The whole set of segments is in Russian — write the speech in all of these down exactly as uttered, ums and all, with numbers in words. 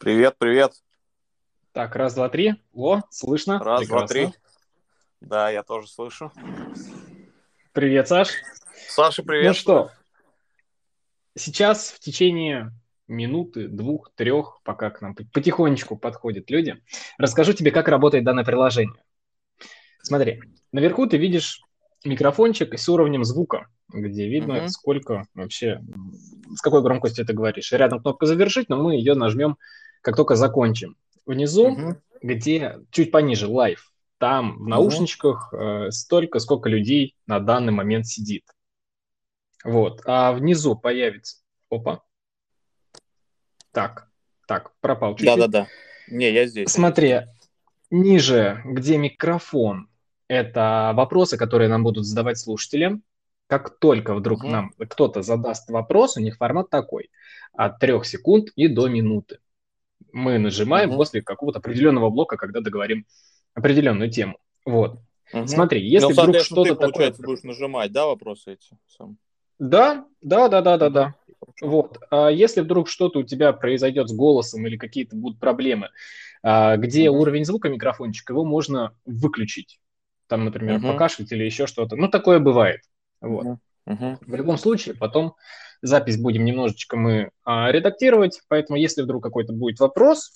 Привет, привет. Так, раз, два, три. О, слышно? Раз, два, три. Прекрасно. Да, я тоже слышу. Привет, Саш. Саша, Ну приветствую. что, сейчас в течение минуты, двух, трех, пока к нам потихонечку подходят люди, расскажу тебе, как работает данное приложение. Смотри, наверху ты видишь микрофончик с уровнем звука, где видно, Угу, сколько вообще, с какой громкостью ты говоришь. И рядом кнопка «Завершить», но мы ее нажмем, как только закончим. Внизу, угу, где чуть пониже «Лайв», там в угу. наушничках э, столько, сколько людей на данный момент сидит. Вот. А внизу появится... Опа. Так, так, пропал чуть-чуть. Да-да-да. Не, я здесь, я здесь. Смотри, ниже, где микрофон, это вопросы, которые нам будут задавать слушатели. Как только вдруг Угу, нам кто-то задаст вопрос, у них формат такой: от трех секунд и до минуты. Мы нажимаем угу, после какого-то определенного блока, когда договорим определенную тему. Вот. угу. Смотри, Ну, если вдруг соответственно, ты, что-то такое... получается, будешь нажимать, да, вопросы эти сам? Да, да, да, да, да, Угу, да. хорошо. Вот. А если вдруг что-то у тебя произойдет с голосом или какие-то будут проблемы, а, где Угу, уровень звука микрофончика, его можно выключить. Там, например, угу, покашлять или еще что-то. Ну, такое бывает. Вот. угу, угу, В любом случае, потом запись будем немножечко мы а, редактировать, поэтому если вдруг какой-то будет вопрос,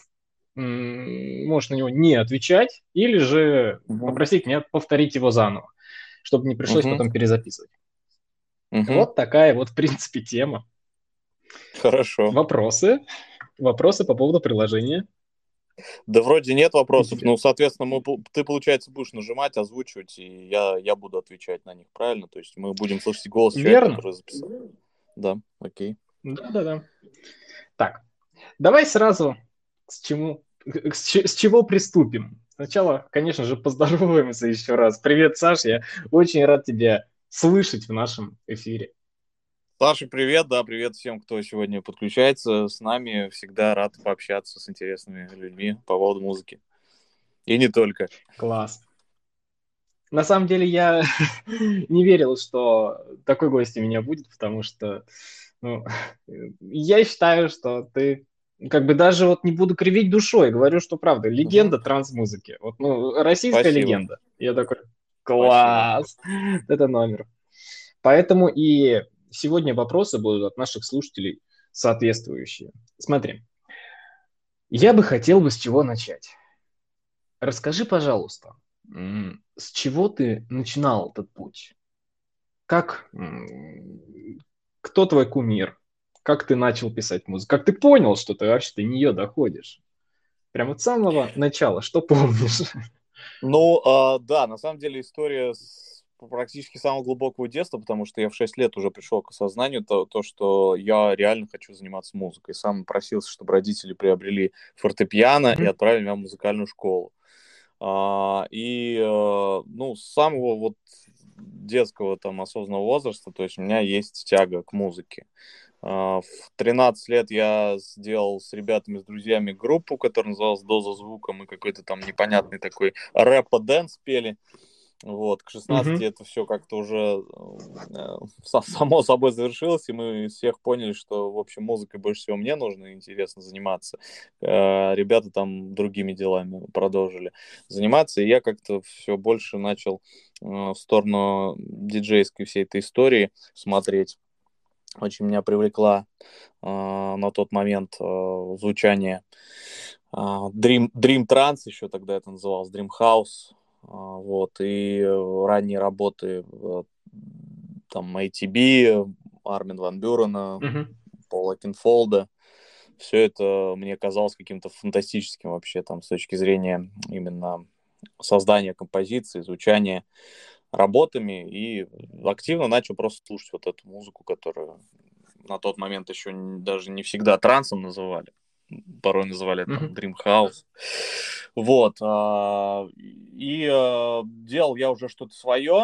м, можешь на него не отвечать или же угу, попросить меня повторить его заново, чтобы не пришлось угу, потом перезаписывать. угу. Вот такая вот, в принципе, тема. Хорошо. Вопросы? Вопросы по поводу приложения Да вроде нет у вопросов. тебя? Ну, соответственно, мы, пол- ты, получается, будешь нажимать, озвучивать, и я, я буду отвечать на них, правильно? То есть мы будем слышать голос человека, Верно? который записал. Да, окей. Да-да-да. Так, давай сразу с чему, с, ч- с чего приступим. Сначала, конечно же, поздороваемся еще раз. Привет, Саш, я очень рад тебя слышать в нашем эфире. Саша, привет, да, привет всем, кто сегодня подключается с нами. Всегда рад пообщаться с интересными людьми по поводу музыки. И не только. Класс. На самом деле я не верил, что такой гость у меня будет, потому что ну, я считаю, что ты как бы даже вот не буду кривить душой, говорю, что правда, Мгм. легенда транс-музыки. Вот, ну, российская Спасибо, легенда. Я такой, спасибо. класс, это номер. Поэтому и сегодня вопросы будут от наших слушателей соответствующие. Смотри, я бы хотел бы с чего начать. Расскажи, пожалуйста, м, с чего ты начинал этот путь? Как, м, кто твой кумир? Как ты начал писать музыку? Как ты понял, что ты вообще до нее доходишь? Прямо с самого начала, что помнишь? Ну, а, да, на самом деле история с практически самого глубокого детства, потому что я в шесть лет уже пришел к осознанию то, то, что я реально хочу заниматься музыкой. Сам просился, чтобы родители приобрели фортепиано и Мгм, отправили меня в музыкальную школу. А, и, э, ну, с самого вот детского там осознанного возраста, то есть у меня есть тяга к музыке. А, В тринадцать лет я сделал с ребятами, с друзьями группу, которая называлась «Доза звука». Мы какой-то там непонятный такой рэп-дэнс пели. Вот, к шестнадцати мгм, это все как-то уже э, са- само собой завершилось, и мы из всех поняли, что, в общем, музыкой больше всего мне нужно и интересно заниматься. Э, Ребята там другими делами продолжили заниматься, и я как-то все больше начал э, в сторону диджейской всей этой истории смотреть. Очень меня привлекла э, на тот момент э, звучание э, Dream, Dream Trance, еще тогда это называлось, Dream House, э, вот, и э, ранние работы э, там эй ти би, Армин Ван Бюрена, мгм. Пола Кинфолда. Все это мне казалось каким-то фантастическим вообще там с точки зрения именно создания композиции, звучания работами, и активно начал просто слушать вот эту музыку, которую на тот момент еще даже не всегда трансом называли. Порой называли там Мгм. Dream House. Вот. а, И а, делал я уже что-то свое.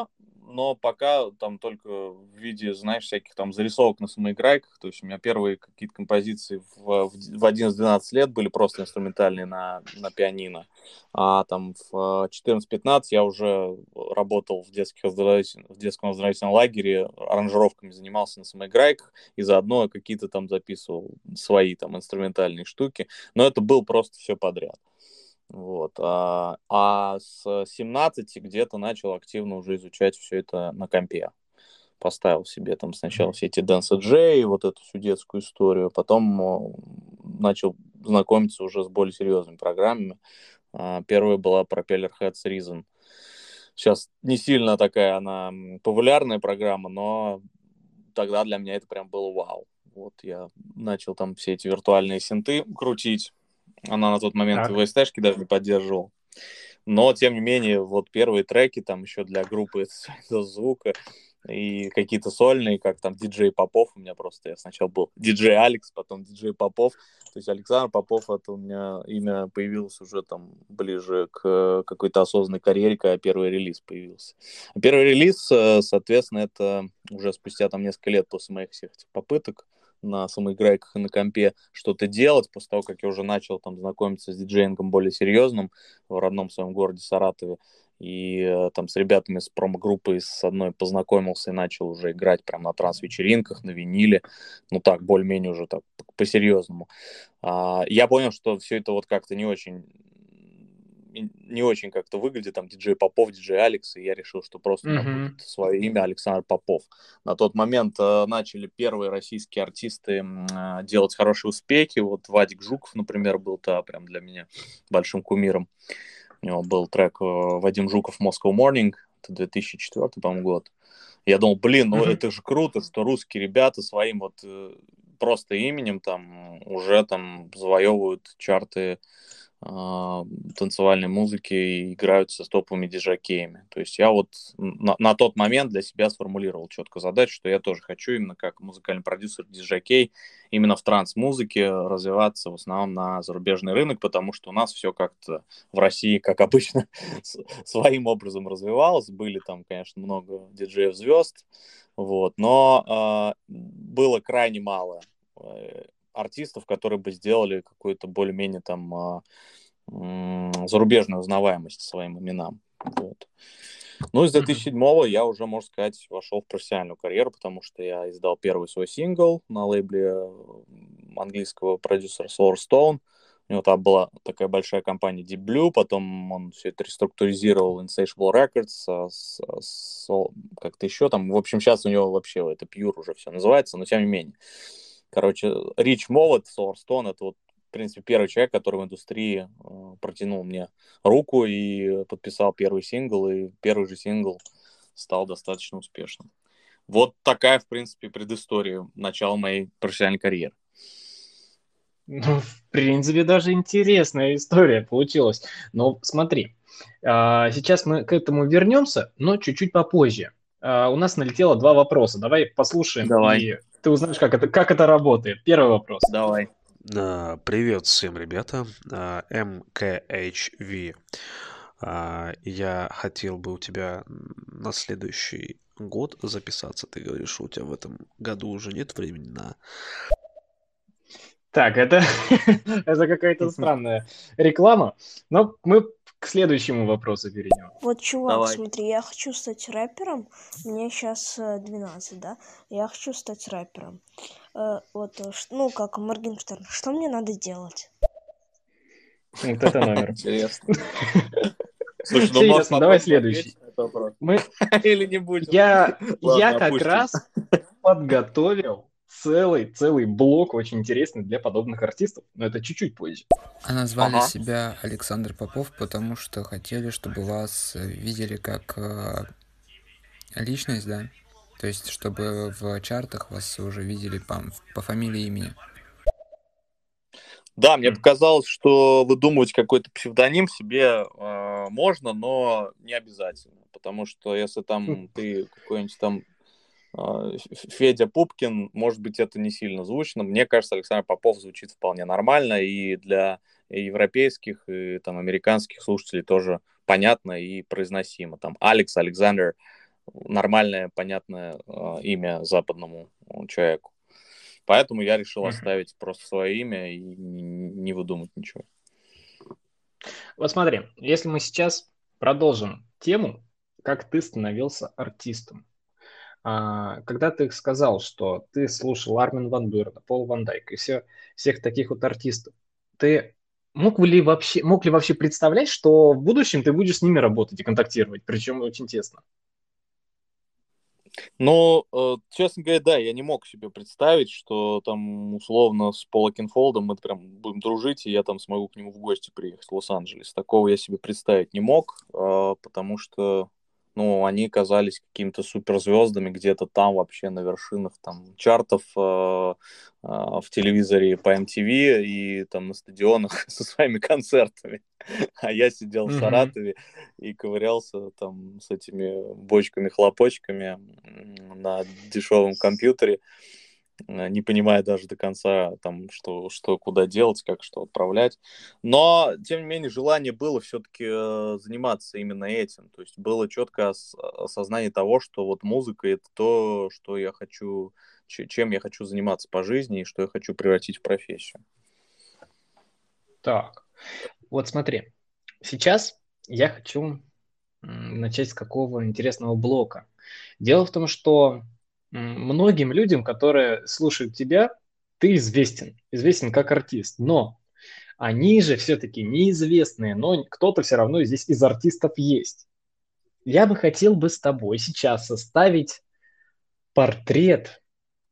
но пока там только в виде, знаешь, всяких там зарисовок на самоиграйках. То есть у меня первые какие-то композиции в, в одиннадцать-двенадцать лет были просто инструментальные на, на пианино. А там в четырнадцать-пятнадцать я уже работал в, детских оздоровительных, в детском оздоровительном лагере, аранжировками занимался на самоиграйках и заодно какие-то там записывал свои там инструментальные штуки. Но это было просто все подряд. Вот. А, а с семнадцати где-то начал активно уже изучать все это на компе. Поставил себе там сначала все эти Dance джей, вот эту всю детскую историю, потом о, начал знакомиться уже с более серьезными программами. А, первая была Propeller Heads Reason. Сейчас не сильно такая она популярная программа, но тогда для меня это прям было вау. Вот я начал там все эти виртуальные синты крутить. Она на тот момент Так. ви эс ти-шки даже не поддерживала. Но, тем не менее, вот первые треки там еще для группы звука и какие-то сольные, как там диджей Попов у меня просто, я сначала был диджей Алекс, потом диджей Попов. То есть Александр Попов, это у меня имя появилось уже там ближе к какой-то осознанной карьере, когда первый релиз появился. А первый релиз, соответственно, это уже спустя там несколько лет после моих всех этих попыток на самоиграйках и на компе что-то делать, после того, как я уже начал там знакомиться с диджеингом более серьезным в родном своем городе Саратове, и э, там с ребятами с промо-группой с одной познакомился и начал уже играть прям на транс-вечеринках, на виниле, ну так, более-менее уже так по-серьезному. А, я понял, что все это вот как-то не очень не очень как-то выглядит, там, диджей Попов, диджей Алекс, и я решил, что просто у меня Мгм. будет свое имя Александр Попов. На тот момент э, начали первые российские артисты э, делать хорошие успехи, вот Вадик Жуков, например, был то прям для меня большим кумиром. У него был трек э, Вадим Жуков «Moscow Morning», это две тысячи четвёртый, по-моему, год. Я думал, блин, ну Мгм. это же круто, что русские ребята своим вот э, просто именем там уже там завоевывают чарты э, танцевальной музыки и играют со топовыми диджакеями. То есть я вот на, на тот момент для себя сформулировал четко задачу, что я тоже хочу именно как музыкальный продюсер, диджакей, именно в транс-музыке развиваться в основном на зарубежный рынок, потому что у нас все как-то в России, как обычно, своим образом развивалось. Были там, конечно, много диджеев-звезд, вот, но э, было крайне мало э, артистов, которые бы сделали какую-то более-менее там э, зарубежную узнаваемость своим именам. Вот. Ну, и с две тысячи седьмого я уже, можно сказать, вошел в профессиональную карьеру, потому что я издал первый свой сингл на лейбле английского продюсера Solar Stone. У него там была такая большая компания Deep Blue, потом он все это реструктуризировал Insatiable Records, а, с, с, как-то еще там. В общем, сейчас у него вообще это Pure уже все называется, но тем не менее. Короче, Рич Мовет, Solar Stone, это вот, в принципе, первый человек, который в индустрии э, протянул мне руку и подписал первый сингл, и первый же сингл стал достаточно успешным. Вот такая, в принципе, предыстория начала моей профессиональной карьеры. Ну, в принципе, даже интересная история получилась. Но смотри, а, сейчас мы к этому вернемся, но чуть-чуть попозже. А, У нас налетело два вопроса. Давай послушаем, Давай, и ты узнаешь, как это, как это работает. Первый вопрос. давай. А, Привет всем, ребята. А, эм ка эйч ви. А, Я хотел бы у тебя на следующий год записаться. Ты говоришь, у тебя в этом году уже нет времени на... Так, это, это какая-то странная реклама, но мы к следующему вопросу перейдем. Вот, чувак, Давай. смотри, я хочу стать рэпером. Мне сейчас двенадцать, да? Я хочу стать рэпером. Э, вот, э, ш- ну, как Моргенштерн. Что мне надо делать? Вот это номер. Интересно. Слушай, ну Все можешь ясно, давай попробовать следующий. ответить на этот вопрос. Мы, Или не будем? я, я Ладно, как опустим. раз подготовил целый, целый блок очень интересный для подобных артистов, но это чуть-чуть позже. А назвали Ага. себя Александр Попов, потому что хотели, чтобы вас э, видели как э, личность, да? То есть, чтобы в чартах вас уже видели по, по фамилии и имени. Да, мне М. показалось, что выдумывать какой-то псевдоним себе э, можно, но не обязательно. Потому что если там ты какой-нибудь там э, Федя Пупкин, может быть, это не сильно звучно. Мне кажется, Александр Попов звучит вполне нормально, и для европейских и там американских слушателей тоже понятно и произносимо. Там Алекс, Александр, нормальное, понятное э, имя западному человеку. Поэтому я решил Мгм. оставить просто свое имя и не, не выдумать ничего. Вот смотри, если мы сейчас продолжим тему, как ты становился артистом. А, когда ты сказал, что ты слушал Армин ван Бюрена, Пол Ван Дайк и все, всех таких вот артистов, ты мог ли вообще, мог ли вообще представлять, что в будущем ты будешь с ними работать и контактировать, причем очень тесно? Ну, э, честно говоря, да, я не мог себе представить, что там условно с Полом Кинфолдом мы прям будем дружить, и я там смогу к нему в гости приехать в Лос-Анджелес. Такого я себе представить не мог, э, потому что, ну, они казались какими-то суперзвездами где-то там вообще на вершинах там чартов э, э, в телевизоре по эм ти ви и там на стадионах со своими концертами. А я сидел в Мгм. Саратове и ковырялся там с этими бочками-хлопочками м, на дешевом компьютере, э, не понимая даже до конца, там, что, что куда делать, как что отправлять. Но, тем не менее, желание было все-таки заниматься именно этим. То есть было четкое ос- осознание того, что вот музыка — это то, что я хочу, ч- чем я хочу заниматься по жизни и что я хочу превратить в профессию. Так, вот смотри, сейчас я хочу м, начать с какого интересного блока. Дело в том, что м, многим людям, которые слушают тебя, ты известен, известен как артист, но они же все-таки неизвестные, но кто-то все равно здесь из артистов есть. Я бы хотел бы с тобой сейчас составить портрет,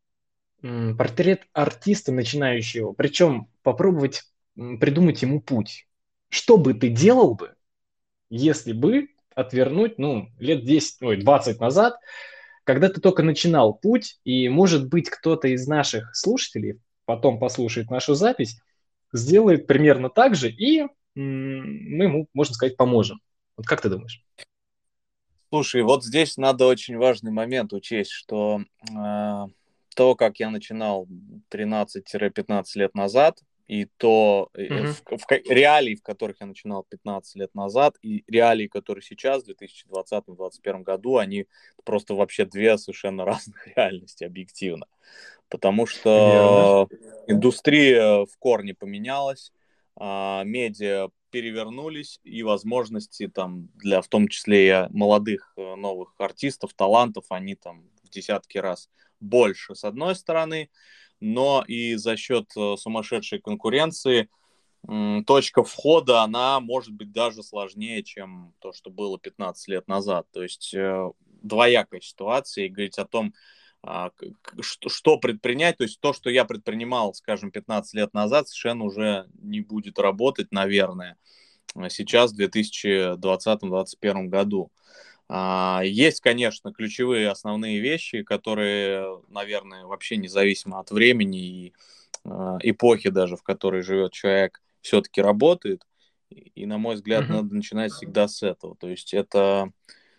м, портрет артиста начинающего, причем попробовать м, придумать ему путь. Что бы ты делал бы, если бы отвернуть, ну, лет десять, ой, двадцать назад, когда ты только начинал путь, и, может быть, кто-то из наших слушателей потом послушает нашу запись, сделает примерно так же, и м, мы ему, можно сказать, поможем. Вот как ты думаешь? Слушай, вот здесь надо очень важный момент учесть, что э, то, как я начинал тринадцать-пятнадцать лет назад, и то э, Мгм. в, в ка- реалии, в которых я начинал пятнадцать лет назад, и реалии, которые сейчас, в две тысячи двадцатом — две тысячи двадцать первом году, они просто вообще две совершенно разных реальности, объективно. Потому Верно. что индустрия в корне поменялась, а, медиа перевернулись, и возможности там для, в том числе и молодых э, новых артистов, талантов, они там в десятки раз больше, с одной стороны, но и за счет э, сумасшедшей конкуренции м, точка входа, она может быть даже сложнее, чем то, что было пятнадцать лет назад. То есть э, двоякая ситуация, и говорить о том, а, к- к- что, что предпринять, то есть то, что я предпринимал, скажем, пятнадцать лет назад, совершенно уже не будет работать, наверное, а сейчас, в две тысячи двадцатом — две тысячи двадцать первом году. А, Есть, конечно, ключевые основные вещи, которые, наверное, вообще независимо от времени и а, эпохи даже, в которой живет человек, все-таки работает. И, и, на мой взгляд, Мгм. надо начинать всегда с этого. То есть это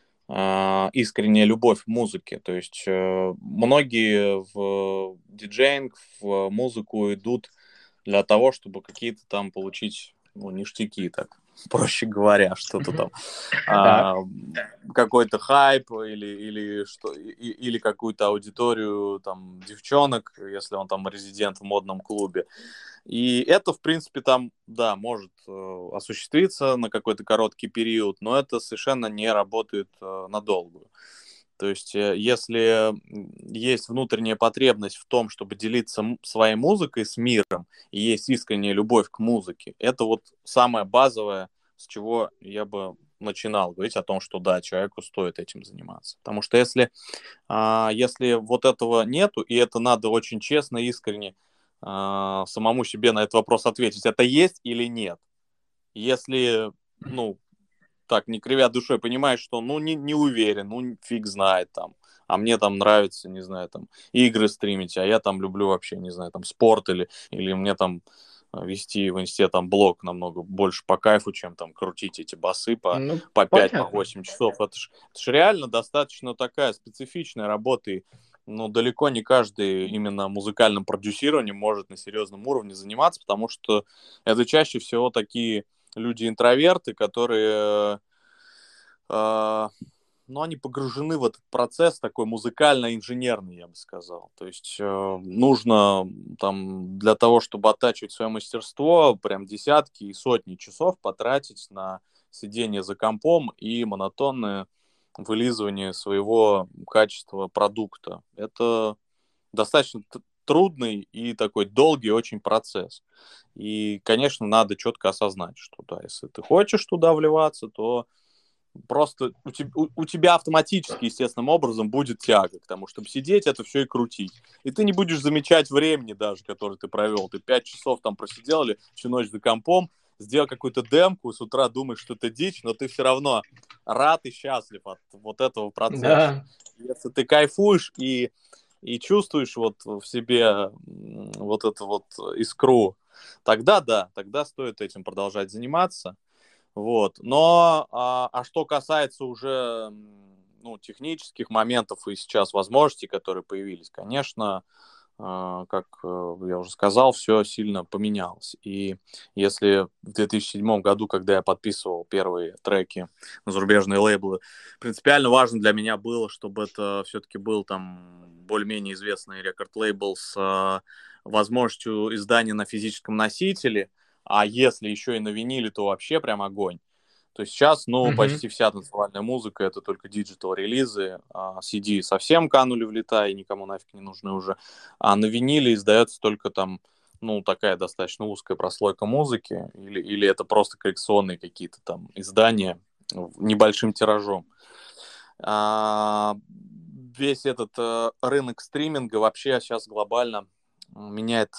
а, искренняя любовь к музыке. То есть э, многие в диджеинг, в музыку идут для того, чтобы какие-то там получить, ну, ништяки, так проще говоря, что-то Мгм. там, а, Так. какой-то хайп или, или, что, и- или какую-то аудиторию там девчонок, если он там резидент в модном клубе. И это, в принципе, там, да, может э, осуществиться на какой-то короткий период, но это совершенно не работает э, надолго. То есть, э, если есть внутренняя потребность в том, чтобы делиться м- своей музыкой с миром, и есть искренняя любовь к музыке, это вот самое базовое, с чего я бы начинал говорить о том, что да, человеку стоит этим заниматься. Потому что если, а, если вот этого нету, и это надо очень честно, искренне а, самому себе на этот вопрос ответить, это есть или нет. Если, ну, так, не кривя душой, понимаешь, что, ну, не, не уверен, ну, фиг знает там, а мне там нравится, не знаю, там, игры стримить, а я там люблю вообще, не знаю, там, спорт или, или мне там э, вести в инсте там блог намного больше по кайфу, чем там крутить эти басы по, Ну, по пять, по понятно. восемь часов. Это ж, это ж реально достаточно такая специфичная работа, и, ну, далеко не каждый именно музыкальным продюсированием может на серьезном уровне заниматься, потому что это чаще всего такие люди-интроверты, которые э, ну, они погружены в этот процесс такой музыкально-инженерный, я бы сказал. То есть э, нужно там для того, чтобы оттачивать свое мастерство, прям десятки и сотни часов потратить на сидение за компом и монотонное вылизывание своего качества продукта. Это достаточно т- трудный и такой долгий очень процесс. И, конечно, надо четко осознать, что да, если ты хочешь туда вливаться, то просто у тебя, у, у тебя автоматически, естественным образом, будет тяга к тому, чтобы сидеть, это все и крутить. И ты не будешь замечать времени даже, которое ты провел. Ты пять часов там просидел или всю ночь за компом, сделал какую-то демку, с утра думаешь, что это дичь, но ты все равно рад и счастлив от вот этого процесса. Да. Если ты кайфуешь и, и чувствуешь вот в себе м, вот эту вот искру, тогда да, тогда стоит этим продолжать заниматься. Вот. Но, а, а что касается уже м, ну, технических моментов и сейчас возможностей, которые появились, конечно, а, как э, я уже сказал, все сильно поменялось. И если в две тысячи седьмом году, когда я подписывал первые треки на зарубежные лейблы, принципиально важно для меня было, чтобы это все-таки был там более-менее известный рекорд-лейбл с а, возможностью издания на физическом носителе, а если еще и на виниле, то вообще прям огонь. То есть сейчас, ну, Мгм. почти вся танцевальная музыка — это только диджитал-релизы, а си ди совсем канули в лета и никому нафиг не нужны уже. А на виниле издается только там, ну, такая достаточно узкая прослойка музыки, или, или это просто коллекционные какие-то там издания небольшим тиражом. А, весь этот э, рынок стриминга вообще сейчас глобально меняет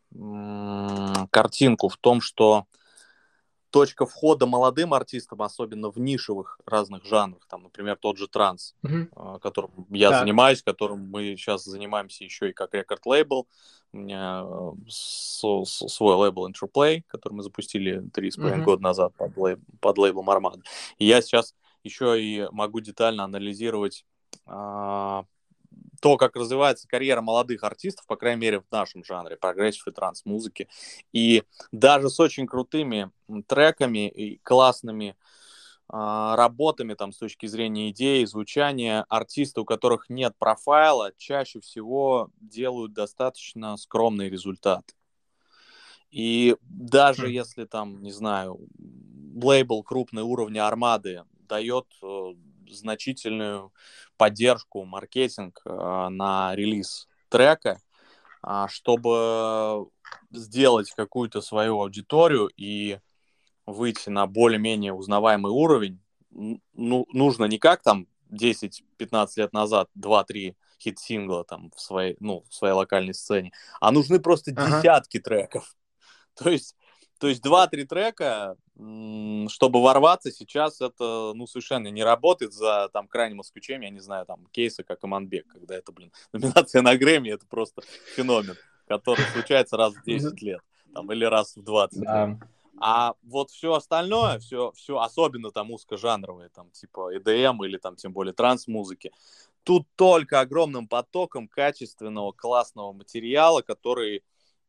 м, картинку в том, что точка входа молодым артистам, особенно в нишевых разных жанрах, там, например, тот же транс, Мгм. э, которым я Так. занимаюсь, которым мы сейчас занимаемся еще и как рекорд-лейбл. У меня э, со- со- свой лейбл Interplay, который мы запустили три с половиной Мгм. года назад под, лейб, под лейблом Armada. И я сейчас еще и могу детально анализировать а, то, как развивается карьера молодых артистов, по крайней мере, в нашем жанре, прогрессив и транс-музыки. И даже с очень крутыми м, треками и классными а, работами там, с точки зрения идеи, звучания, артисты, у которых нет профайла, чаще всего делают достаточно скромные результаты. И даже Хм. если там, не знаю, лейбл крупный уровня Армады дает э, значительную поддержку, маркетинг э, на релиз трека, а, чтобы сделать какую-то свою аудиторию и выйти на более-менее узнаваемый уровень, н- ну, нужно не как там десять-пятнадцать лет назад два-три хит-сингла там в своей, ну, в своей локальной сцене, а нужны просто Ага. десятки треков. То есть, то есть два-три трека, м, чтобы ворваться сейчас, это ну, совершенно не работает, за там крайним исключением, я не знаю, там кейсы, как Аманбек, когда это, блин, номинация на Грэмми, это просто феномен, который случается раз в десять лет, там, или раз в двадцать лет. Да. А вот все остальное, все, все особенно там узкожанровые, там, типа и ди эм или там тем более транс-музыки, тут только огромным потоком качественного, классного материала, который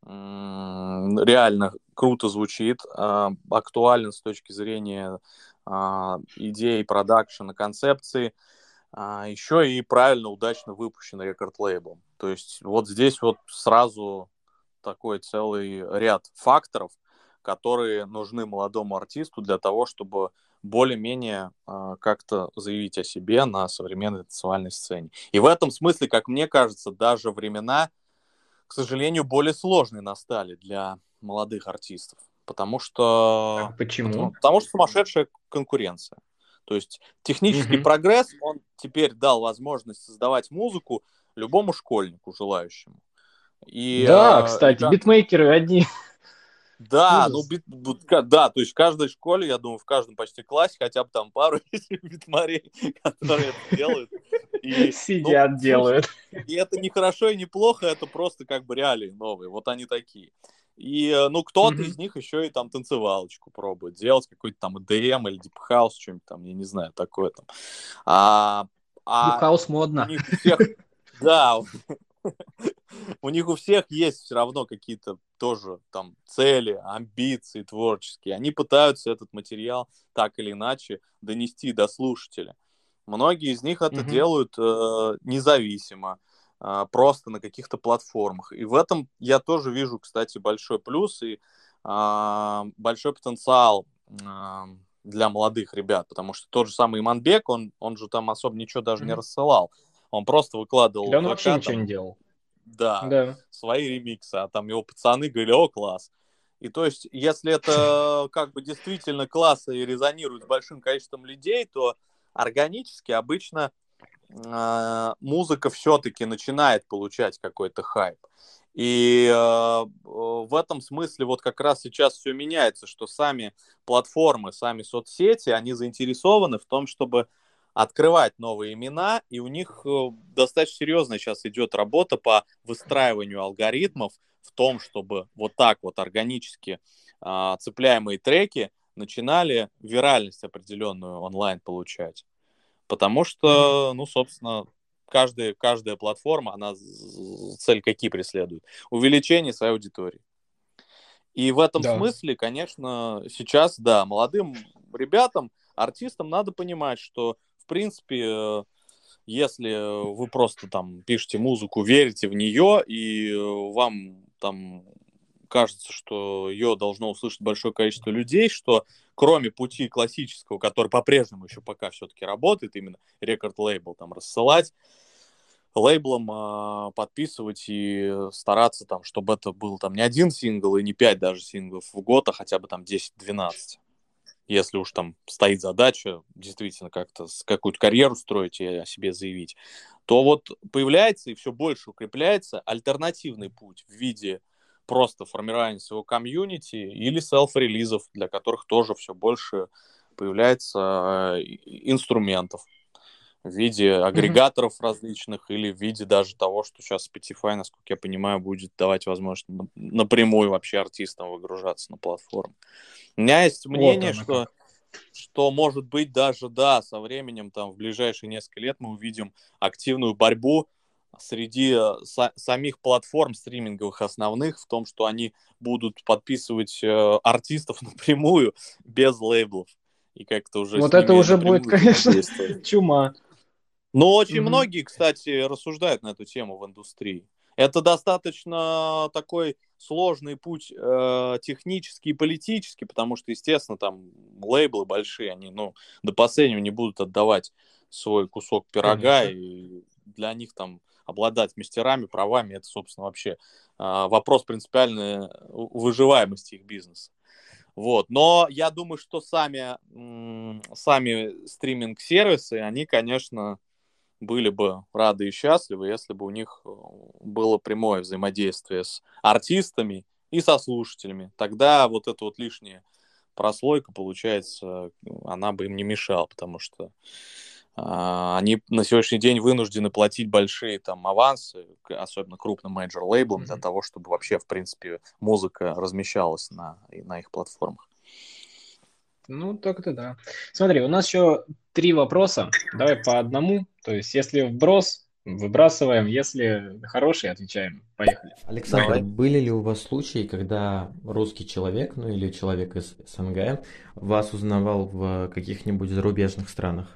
м, реально круто звучит, а, актуален с точки зрения а, идей, продакшена, концепции, а, еще и правильно, удачно выпущен рекорд-лейблом. То есть вот здесь вот сразу такой целый ряд факторов, которые нужны молодому артисту для того, чтобы более-менее а, как-то заявить о себе на современной танцевальной сцене. И в этом смысле, как мне кажется, даже времена, к сожалению, более сложные настали для молодых артистов, потому А что, потому, почему? потому что сумасшедшая конкуренция. То есть технический Мгм. прогресс, он теперь дал возможность создавать музыку любому школьнику желающему. И, Да, э, и кстати, ка- битмейкеры одни. да, ну, Ужас. бит, бут- ка- да, то есть в каждой школе, я думаю, в каждом почти классе хотя бы там пару этих битмарей, которые это делают. И, ну, Сидят, слушай, делают. и это не хорошо и не плохо, это просто как бы реалии новые, вот они такие. И, э, ну, кто-то Мгм. из них еще и там танцевалочку пробует делать, какой-то там и ди эм или Deep House, что-нибудь там, я не знаю, такое там. А, а Дипхаус у модно. них у всех, да, у них у всех есть все равно какие-то тоже там цели, амбиции творческие. Они пытаются этот материал так или иначе донести до слушателя. Многие из них это Мгм. делают э, независимо, а, просто на каких-то платформах. И в этом я тоже вижу, кстати, большой плюс и а, большой потенциал а, для молодых ребят, потому что тот же самый Иманбек, он, он же там особо ничего даже не Мгм. рассылал. Он просто выкладывал Да он в вообще ВК ничего не там, делал. да, Да. свои ремиксы, а там его пацаны говорили: о, класс. И то есть, если это как бы действительно классно и резонирует с большим количеством людей, то органически обычно э, музыка все-таки начинает получать какой-то хайп. И э, в этом смысле вот как раз сейчас все меняется, что сами платформы, сами соцсети, они заинтересованы в том, чтобы открывать новые имена, и у них э, достаточно серьезно сейчас идет работа по выстраиванию алгоритмов в том, чтобы вот так вот органически э, цепляемые треки начинали виральность определенную онлайн получать. Потому Мгм. что, ну, собственно, каждая, каждая платформа, она з- цель какие преследует? Увеличение своей аудитории. И в этом Да. смысле, конечно, сейчас, да, молодым ребятам, артистам надо понимать, что, в принципе, э, если вы просто там пишете музыку, верите в нее, и э, вам там кажется, что ее должно услышать большое количество людей, что кроме пути классического, который по-прежнему еще пока все-таки работает, именно рекорд-лейбл там рассылать, лейблом а, подписывать и стараться там, чтобы это был там не один сингл и не пять даже синглов в год, а хотя бы там десять-двенадцать. Если уж там стоит задача действительно как-то с какую-то карьеру строить и о себе заявить, то вот появляется и все больше укрепляется альтернативный путь в виде просто формирования своего комьюнити или селф-релизов, для которых тоже все больше появляется э, инструментов в виде Мгм. агрегаторов различных или в виде даже того, что сейчас Spotify, насколько я понимаю, будет давать возможность на- напрямую вообще артистам выгружаться на платформу. У меня есть Вот мнение, оно что, как. что может быть даже, да, со временем, там, в ближайшие несколько лет мы увидим активную борьбу среди э, са- самих платформ стриминговых основных в том, что они будут подписывать э, артистов напрямую без лейблов и как-то уже Вот с это ними уже будет, напрямую конечно, взаимодействовать. чума. Но очень Мгм. многие, кстати, рассуждают на эту тему в индустрии. Это достаточно такой сложный путь э, технический и политический, потому что, естественно, там лейблы большие, они, ну, до последнего не будут отдавать свой кусок пирога, Конечно. и для них там обладать мастерами, правами, это, собственно, вообще э, вопрос принципиальной выживаемости их бизнеса. Вот. Но я думаю, что сами, м, сами стриминг-сервисы, они, конечно, были бы рады и счастливы, если бы у них э, было прямое взаимодействие с артистами и со слушателями. Тогда вот эта вот лишняя прослойка, получается, она бы им не мешала, потому что а, они на сегодняшний день вынуждены платить большие там авансы, к- особенно крупным мейджор-лейблам, для Мгм. того, чтобы вообще, в принципе, музыка размещалась на, и на их платформах. Ну, так-то да. Смотри, у нас еще три вопроса. Давай по одному. То есть, если вброс, выбрасываем, если хороший, отвечаем. Поехали. Александр, Давай. были ли у вас случаи, когда русский человек, ну или человек из СНГ, вас узнавал в каких-нибудь зарубежных странах?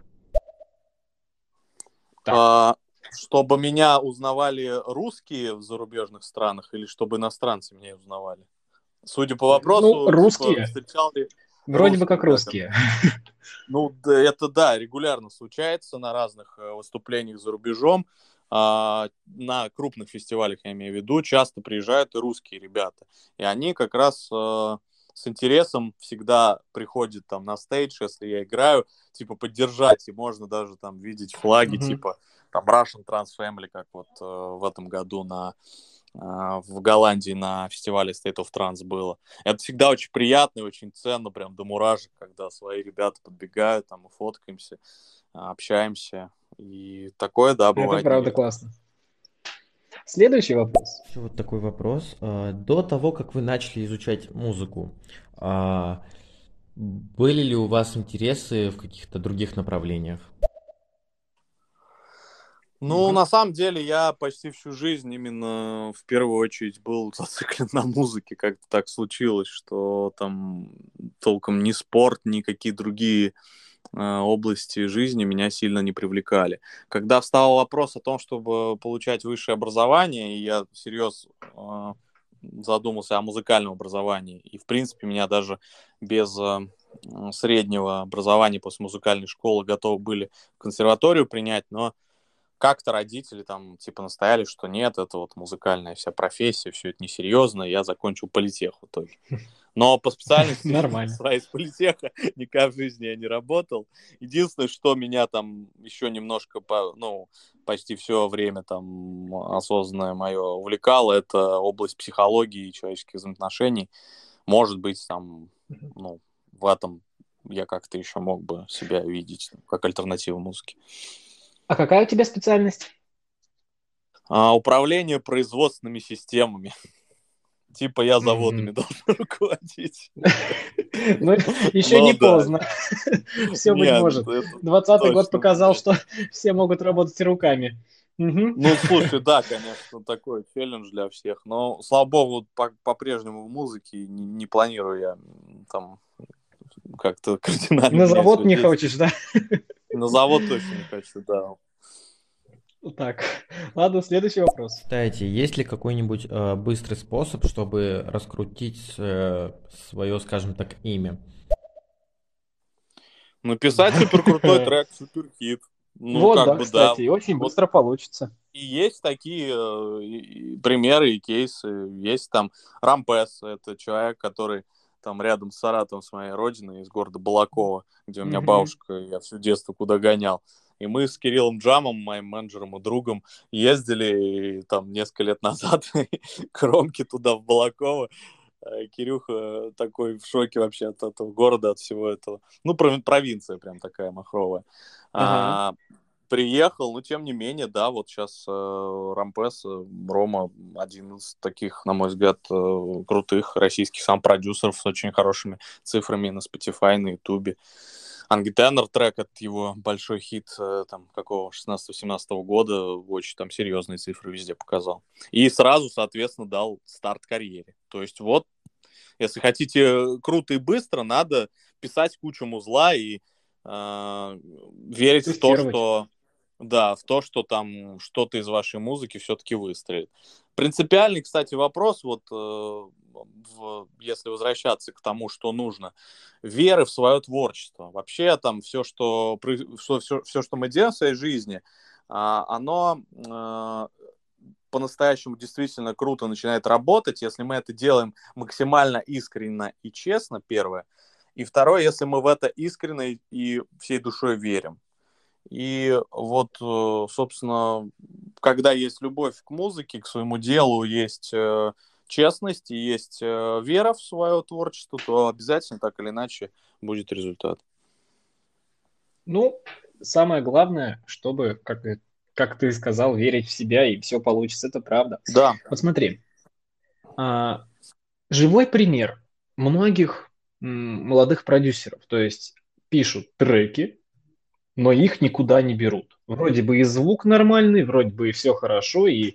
Так. А, чтобы меня узнавали русские в зарубежных странах или чтобы иностранцы меня узнавали? Судя по Ну, вопросу, типа, русские. встречал ли Вроде бы как русских, да, русские. которые... Ну, да, это да, регулярно случается на разных э, выступлениях за рубежом. А, на крупных фестивалях, я имею в виду, часто приезжают и русские ребята. И они как раз э, с интересом всегда приходят там на стейдж, если я играю, типа поддержать. И можно даже там видеть флаги Мгм. типа там Russian Trans Family, как вот э, в этом году на а, в Голландии на фестивале State of Trance было. Это всегда очень приятно и очень ценно, прям до мурашек, когда свои ребята подбегают, там мы фоткаемся, а, общаемся. И такое, да, Это бывает правда нередко. классно. Следующий вопрос. Еще вот такой вопрос. А, До того, как вы начали изучать музыку, а, были ли у вас интересы в каких-то других направлениях? Ну, Мгм. на самом деле, я почти всю жизнь именно в первую очередь был зациклен на музыке. Как-то так случилось, что там толком ни спорт, ни какие другие области жизни меня сильно не привлекали. Когда встал вопрос о том, чтобы получать высшее образование, и я всерьез э, задумался о музыкальном образовании, и, в принципе, меня даже без э, среднего образования после музыкальной школы готовы были в консерваторию принять, но как-то родители там типа настояли, что нет, это вот музыкальная вся профессия, все это несерьезно, и я закончил политех в итоге. Но по специальности Нормально. своей из политеха никак в жизни я не работал. Единственное, что меня там еще немножко, по, ну, почти все время там осознанное мое увлекало, это область психологии и человеческих взаимоотношений. Может быть, там, ну, в этом я как-то еще мог бы себя видеть как альтернативу музыке. А какая у тебя специальность? А, управление производственными системами. Типа я заводами Мгм. должен руководить. Ну, еще Ну не да. поздно. Все быть Нет, может. это Двадцатый год точно показал, нет. что все могут работать руками. Мгм. Ну, слушай, да, конечно, такой челлендж для всех. Но, слава богу, по- по-прежнему в музыке не, не планирую я м, там как-то кардинально На менять завод свою не деятельность. хочешь, да? На завод точно не хочу, да. Так, ладно, следующий вопрос. Кстати, есть ли какой-нибудь э, быстрый способ, чтобы раскрутить свое, скажем так, имя? Написать суперкрутой трек, суперхит. Ну, Вот, как да, бы, да. кстати, и очень Вот быстро получится. и есть такие э, и- и примеры и кейсы. Есть там Рампес, это человек, который там рядом с Саратовом, с моей родиной, из города Балакова, где у меня Мгм. бабушка, я все детство куда гонял. И мы с Кириллом Джамом, моим менеджером и другом, ездили и, там несколько лет назад к Ромке туда, в Балаково. Э, Кирюха такой в шоке вообще от этого города, от всего этого. Ну, пров- провинция прям такая махровая. Ага. А, приехал, но тем не менее, да, вот сейчас э, Рампес, э, Рома, один из таких, на мой взгляд, э, крутых российских сам-продюсеров с очень хорошими цифрами на Spotify, на Ютубе. Ангитенор трек, это его большой хит э, там какого шестнадцатого-семнадцатого года, очень там серьезные цифры везде показал. И сразу, соответственно, дал старт карьере. То есть вот, если хотите круто и быстро, надо писать кучу музла и э, верить в то, Тестировать. что да, в то, что там что-то из вашей музыки все-таки выстрелит. Принципиальный, кстати, вопрос, вот э, в, если возвращаться к тому, что нужно, веры в свое творчество. Вообще там все, что, все, все, все, что мы делаем в своей жизни, а, оно э, по-настоящему действительно круто начинает работать, если мы это делаем максимально искренне и честно, первое. И второе, если мы в это искренне и всей душой верим. И вот, э, собственно, когда есть любовь к музыке, к своему делу, есть э, честность и есть э, вера в свое творчество, то обязательно так или иначе будет результат. Ну, самое главное, чтобы, как, и- как ты сказал, верить в себя, и все получится. Это правда. Да, Вот смотри, а, живой пример многих м, молодых продюсеров. То есть пишут треки, но их никуда не берут. Вроде бы и звук нормальный, вроде бы и все хорошо, и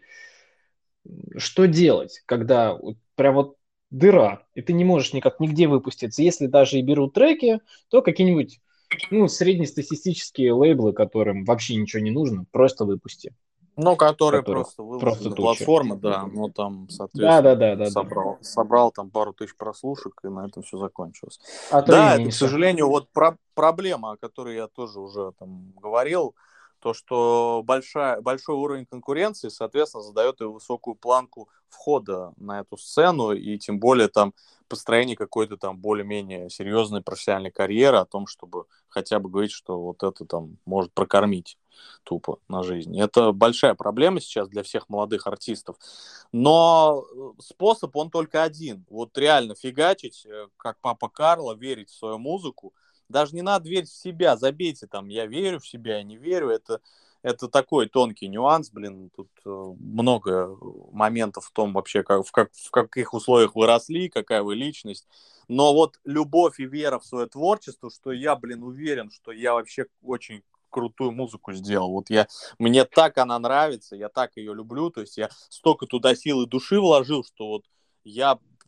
что делать, когда вот прям вот дыра, и ты не можешь никак нигде выпуститься. Если даже и берут треки, то какие-нибудь ну, среднестатистические лейблы, которым вообще ничего не нужно, просто выпусти, ну, которые которых просто выложили просто на туча. платформы, да, ну, там, Да, да, соответственно, да, да, да. собрал, собрал там пару тысяч прослушек, и на этом все закончилось. А то и Да, это, к меньше. сожалению, вот про- проблема, о которой я тоже уже там говорил, то, что большая, большой уровень конкуренции, соответственно, задает и высокую планку входа на эту сцену, и тем более там построение какой-то там более-менее серьезной профессиональной карьеры, о том, чтобы хотя бы говорить, что вот это там может прокормить тупо на жизнь. Это большая проблема сейчас для всех молодых артистов. Но способ, он только один. Вот реально фигачить, как папа Карло, верить в свою музыку. Даже не надо верить в себя, забейте там, я верю в себя, я не верю. Это, это такой тонкий нюанс, блин. Тут много моментов в том вообще, как, в, как, в каких условиях вы росли, какая вы личность. Но вот любовь и вера в свое творчество, что я, блин, уверен, что я вообще очень крутую музыку сделал. Вот я, мне так она нравится, я так ее люблю, то есть я столько туда сил и души вложил, что вот я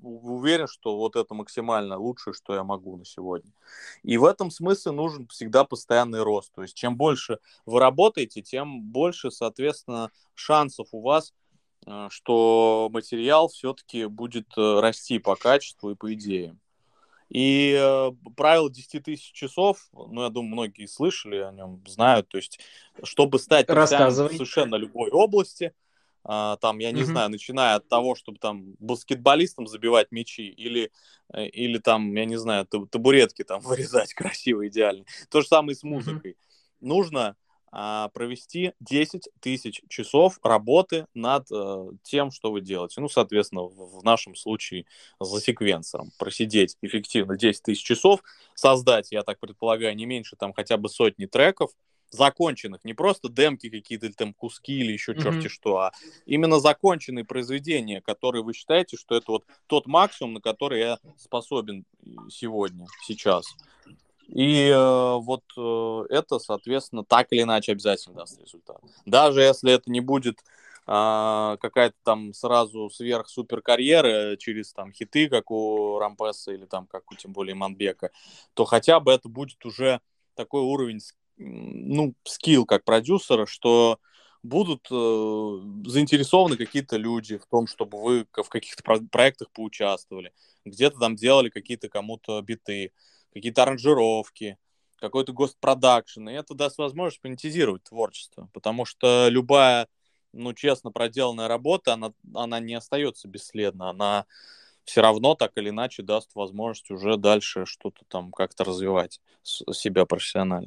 уверен, что вот это максимально лучшее, что я могу на сегодня. И в этом смысле нужен всегда постоянный рост. То есть чем больше вы работаете, тем больше, соответственно, шансов у вас, что материал все-таки будет расти по качеству и по идеям. И э, правило десять тысяч часов, ну, я думаю, многие слышали о нем, знают. То есть, чтобы стать профессионалом в совершенно любой области, э, там, я не угу. знаю, начиная от того, чтобы там баскетболистам забивать мячи, или, э, или там, я не знаю, табуретки там вырезать красиво, идеально. То же самое и с музыкой. Угу. Нужно э, провести десять тысяч часов работы над э, тем, что вы делаете. Ну, соответственно, в, в нашем случае за секвенсором. Просидеть эффективно десять тысяч часов, создать, я так предполагаю, не меньше там хотя бы сотни треков, законченных, не просто демки какие-то, или там куски, или еще mm-hmm. черти что, а именно законченные произведения, которые вы считаете, что это вот тот максимум, на который я способен сегодня, сейчас. И э, вот э, это, соответственно, так или иначе обязательно даст результат. Даже если это не будет э, какая-то там сразу сверх-супер карьера через там хиты, как у Рампеса или там как у тем более Манбека, то хотя бы это будет уже такой уровень, ну, скилл как продюсера, что будут э, заинтересованы какие-то люди в том, чтобы вы в каких-то про- проектах поучаствовали, где-то там делали какие-то кому-то биты, какие-то аранжировки, какой-то гостпродакшн, и это даст возможность монетизировать творчество, потому что любая, ну, честно проделанная работа, она, она не остается бесследно, она все равно так или иначе даст возможность уже дальше что-то там как-то развивать себя профессионально.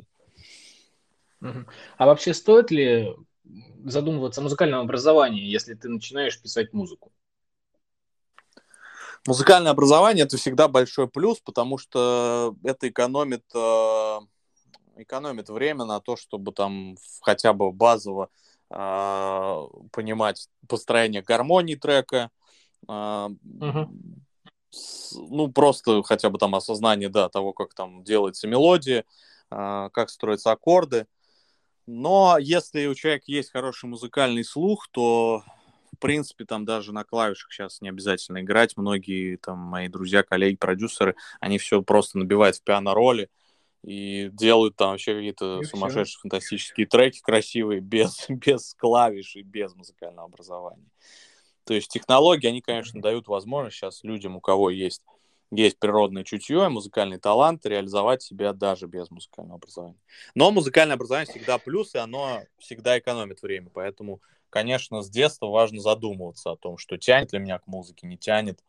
А вообще стоит ли задумываться о музыкальном образовании, если ты начинаешь писать музыку? Музыкальное образование — это всегда большой плюс, потому что это экономит, э, экономит время на то, чтобы там хотя бы базово э, понимать построение гармонии трека, э, угу. с, ну, просто хотя бы там осознание, да, того, как там делается мелодия, э, как строятся аккорды. Но если у человека есть хороший музыкальный слух, то в принципе, там даже на клавишах сейчас не обязательно играть. Многие там мои друзья, коллеги, продюсеры, они все просто набивают в пиано-роли и делают там вообще какие-то и сумасшедшие, все. Фантастические треки красивые, без, без клавиш и без музыкального образования. То есть технологии, они, конечно, дают возможность сейчас людям, у кого есть, есть природное чутье и музыкальный талант, реализовать себя даже без музыкального образования. Но музыкальное образование всегда плюс, и оно всегда экономит время, поэтому... Конечно, с детства важно задумываться о том, что тянет ли меня к музыке, не тянет.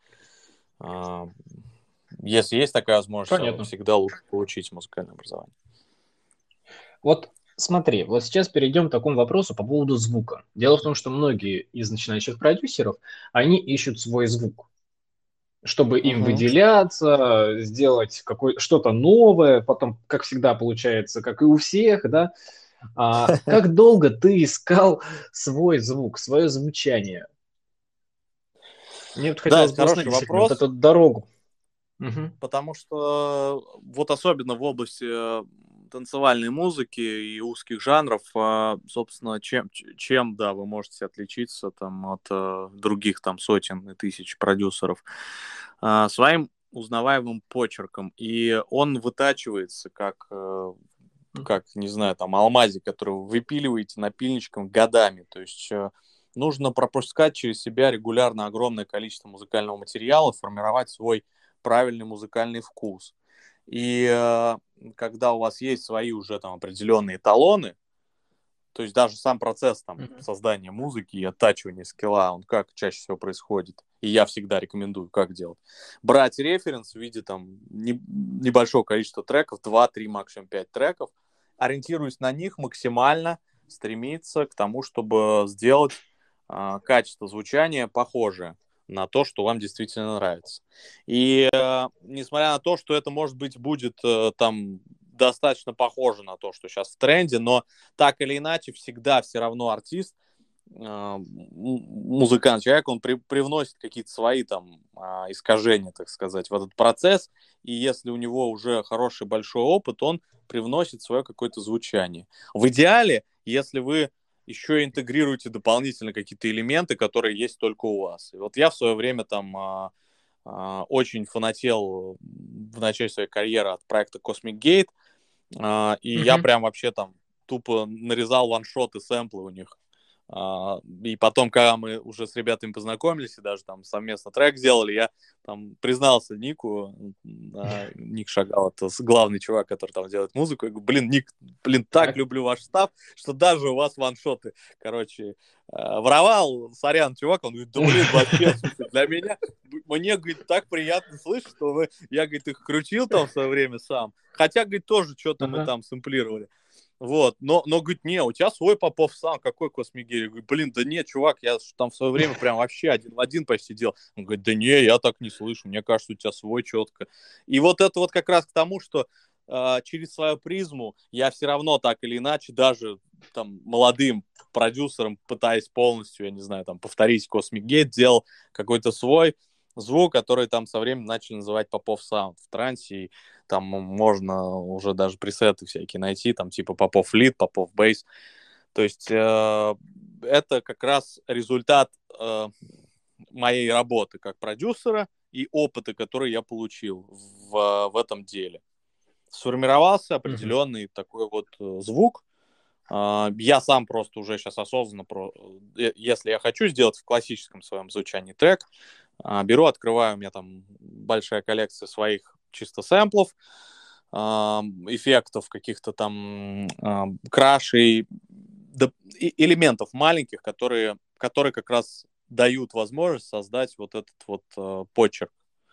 Если есть такая возможность, Понятно. Всегда лучше получить музыкальное образование. Вот смотри, вот сейчас перейдем к такому вопросу по поводу звука. Дело в том, что многие из начинающих продюсеров, они ищут свой звук, чтобы им uh-huh. выделяться, сделать какое- что-то новое, потом, как всегда, получается, как и у всех, да. А как долго ты искал свой звук, свое звучание? Мне вот хотелось да, бы узнать действительно вот эту дорогу. Угу. Потому что вот особенно в области танцевальной музыки и узких жанров, собственно, чем, чем да, вы можете отличиться там, от других там, сотен и тысяч продюсеров, своим узнаваемым почерком. И он вытачивается как... как, не знаю, там, алмазик, который вы выпиливаете напильничком годами. То есть э, нужно пропускать через себя регулярно огромное количество музыкального материала, формировать свой правильный музыкальный вкус. И э, когда у вас есть свои уже там определенные эталоны, то есть даже сам процесс там mm-hmm. создания музыки и оттачивания скилла, он как чаще всего происходит. И я всегда рекомендую, как делать. Брать референс в виде там не, небольшого количества треков, два-три, максимум пять треков, ориентируясь на них, максимально стремиться к тому, чтобы сделать э, качество звучания похожее на то, что вам действительно нравится. И э, несмотря на то, что это, может быть, будет э, там достаточно похоже на то, что сейчас в тренде, но так или иначе всегда все равно артист, э, музыкант, человек, он при, привносит какие-то свои там э, искажения, так сказать, в этот процесс, и если у него уже хороший большой опыт, он привносит свое какое-то звучание. В идеале, если вы еще интегрируете дополнительно какие-то элементы, которые есть только у вас. И вот я в свое время там э, очень фанател в начале своей карьеры от проекта Cosmic Gate, э, и я Мгм. прям вообще там тупо нарезал ваншоты, сэмплы у них. А, и потом, когда мы уже с ребятами познакомились и даже там совместно трек сделали, я там признался Нику, а, Ник Шагал, это с- главный чувак, который там делает музыку. Я говорю, блин, Ник, блин, так Так. люблю ваш став, что даже у вас ваншоты, короче, а, воровал, сорян, чувак. Он говорит, да блин, вообще, слушай, для меня, мне, говорит, так приятно слышать, что вы, я, говорит, их крутил там в свое время сам, хотя, говорит, тоже что-то мы Ага. там сэмплировали. Вот, но, но, говорит, не, у тебя свой Попов сам, какой Космигерий? Я говорю, блин, да нет, чувак, я ж там в свое время прям вообще один в один почти делал. Он говорит, да не, я так не слышу, мне кажется, у тебя свой четко. И вот это вот как раз к тому, что э, через свою призму я все равно так или иначе, даже там молодым продюсером, пытаясь полностью, я не знаю, там повторить Cosmic Gate, делал какой-то свой звук, который там со временем начали называть Попов саунд в трансе, и там можно уже даже пресеты всякие найти, там типа Попов лид, Попов бейс. То есть э, это как раз результат э, моей работы как продюсера и опыта, который я получил в, в этом деле. Сформировался Мгм. определенный такой вот э, звук. Э, я сам просто уже сейчас осознанно, про, э, если я хочу сделать в классическом своем звучании трек, э, беру, открываю, у меня там большая коллекция своих чисто сэмплов, а, эффектов, каких-то там а, крашей, да, и- элементов маленьких, которые, которые как раз дают возможность создать вот этот вот а, почерк.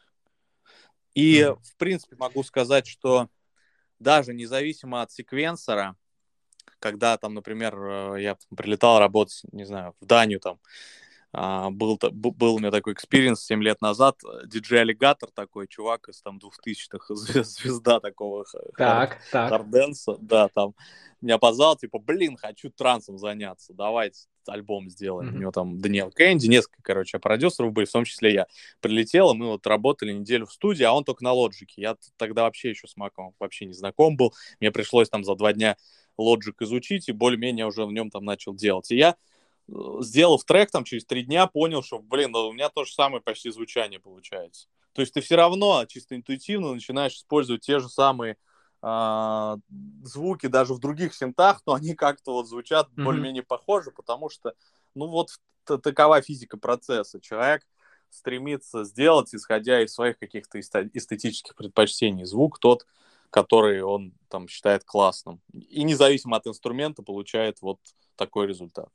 И, Мгм. в принципе, могу сказать, что даже независимо от секвенсора, когда там, например, э, я прилетал работать, не знаю, в Данию там, А, был, та- бу- был у меня такой экспириенс семь лет назад. э, Диджей Аллигатор такой, чувак из там двухтысячных, зве- звезда такого х- хард, Так, так. харденса, да, там меня позвал, типа, блин, хочу трансом заняться, давайте альбом сделаем. У Мгм. него там Даниэл Кэнди, несколько, короче, продюсеров были, в том числе я. Прилетел, и мы вот работали неделю в студии, а он только на лоджике. Я т- тогда вообще еще с Маком вообще не знаком был. Мне пришлось там за два дня лоджик изучить, и более-менее уже в нем там начал делать. И я э, сделав трек, там, через три дня понял, что, блин, ну, у меня то же самое почти звучание получается. То есть ты все равно чисто интуитивно начинаешь использовать те же самые а, звуки даже в других синтах, но они как-то вот звучат Мгм. более-менее похоже, потому что, ну, вот т- такова физика процесса. Человек стремится сделать, исходя из своих каких-то эсте- эстетических предпочтений, звук тот, который он там считает классным. И независимо от инструмента получает вот такой результат.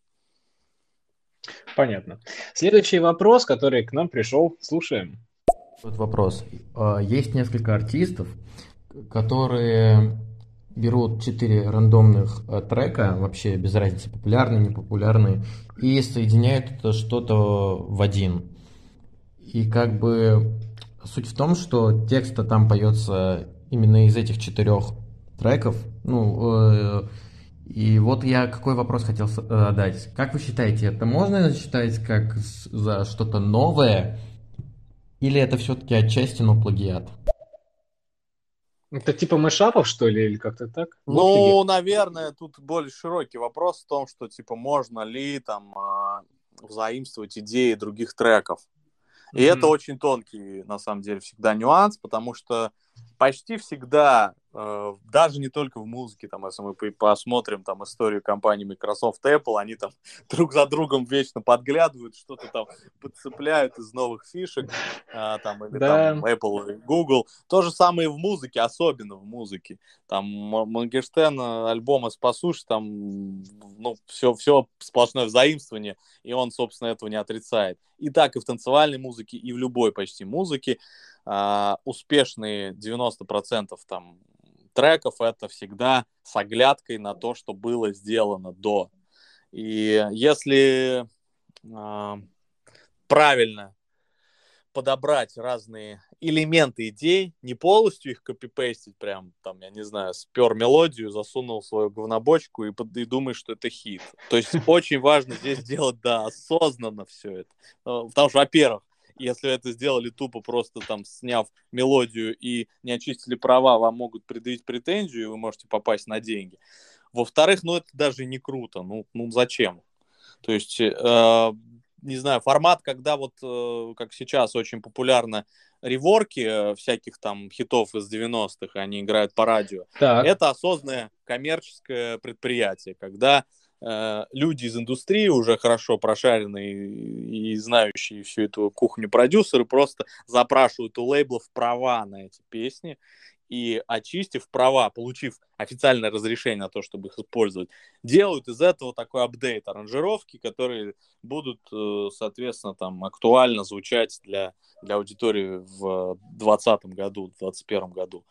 Понятно. Следующий вопрос, который к нам пришел, слушаем. Вот вопрос. А, Есть несколько артистов, которые берут четыре рандомных э, трека, вообще без разницы, популярные, непопулярные, и соединяют это что-то в один. И как бы суть в том, что текст там поется именно из этих четырех треков. Ну, э, и вот я какой вопрос хотел с- э, задать. Как вы считаете, это можно считать как с- за что-то новое, или это все-таки отчасти, но плагиат? Это типа мэшапов, что ли, или как-то так? Ботлиги? Ну, наверное, тут более широкий вопрос в том, что, типа, можно ли там а, взаимствовать идеи других треков. И это Мгм. очень тонкий, на самом деле, всегда нюанс, потому что почти всегда, э, даже не только в музыке, там, если мы по- посмотрим там историю компании Microsoft и Apple, они там друг за другом вечно подглядывают, что-то там подцепляют из новых фишек, а, там, или там Да. Apple и Google. То же самое и в музыке, особенно в музыке. Там М- Моргенштерн э, альбомы «Послушай», там, ну, все, все сплошное взаимствование, и он, собственно, этого не отрицает. И так и в танцевальной музыке, и в любой почти музыке а, успешные девяносто процентов там треков это всегда с оглядкой на то, что было сделано до. И если а, правильно подобрать разные элементы идей, не полностью их копипейстить, прям там, я не знаю, спер мелодию, засунул в свою говнобочку и, под- и думаешь, что это хит. То есть очень важно здесь делать, да, осознанно все это. Э, Потому что, во-первых, если это сделали тупо, просто там сняв мелодию и не очистили права, вам могут предъявить претензию, и вы можете попасть на деньги. Во-вторых, ну это даже не круто. Ну, ну зачем? То есть э, не знаю, формат, когда вот, э, как сейчас очень популярно, реворки э, всяких там хитов из девяностых, они играют по радио. Так, Это осознанное коммерческое предприятие, когда э, люди из индустрии, уже хорошо прошаренные и, и знающие всю эту кухню продюсеры, просто запрашивают у лейблов права на эти песни, и, очистив права, получив официальное разрешение на то, чтобы их использовать, делают из этого такой апдейт аранжировки, которые будут, э, соответственно, там актуально звучать для, для аудитории в двадцатом году, в двадцать первом году.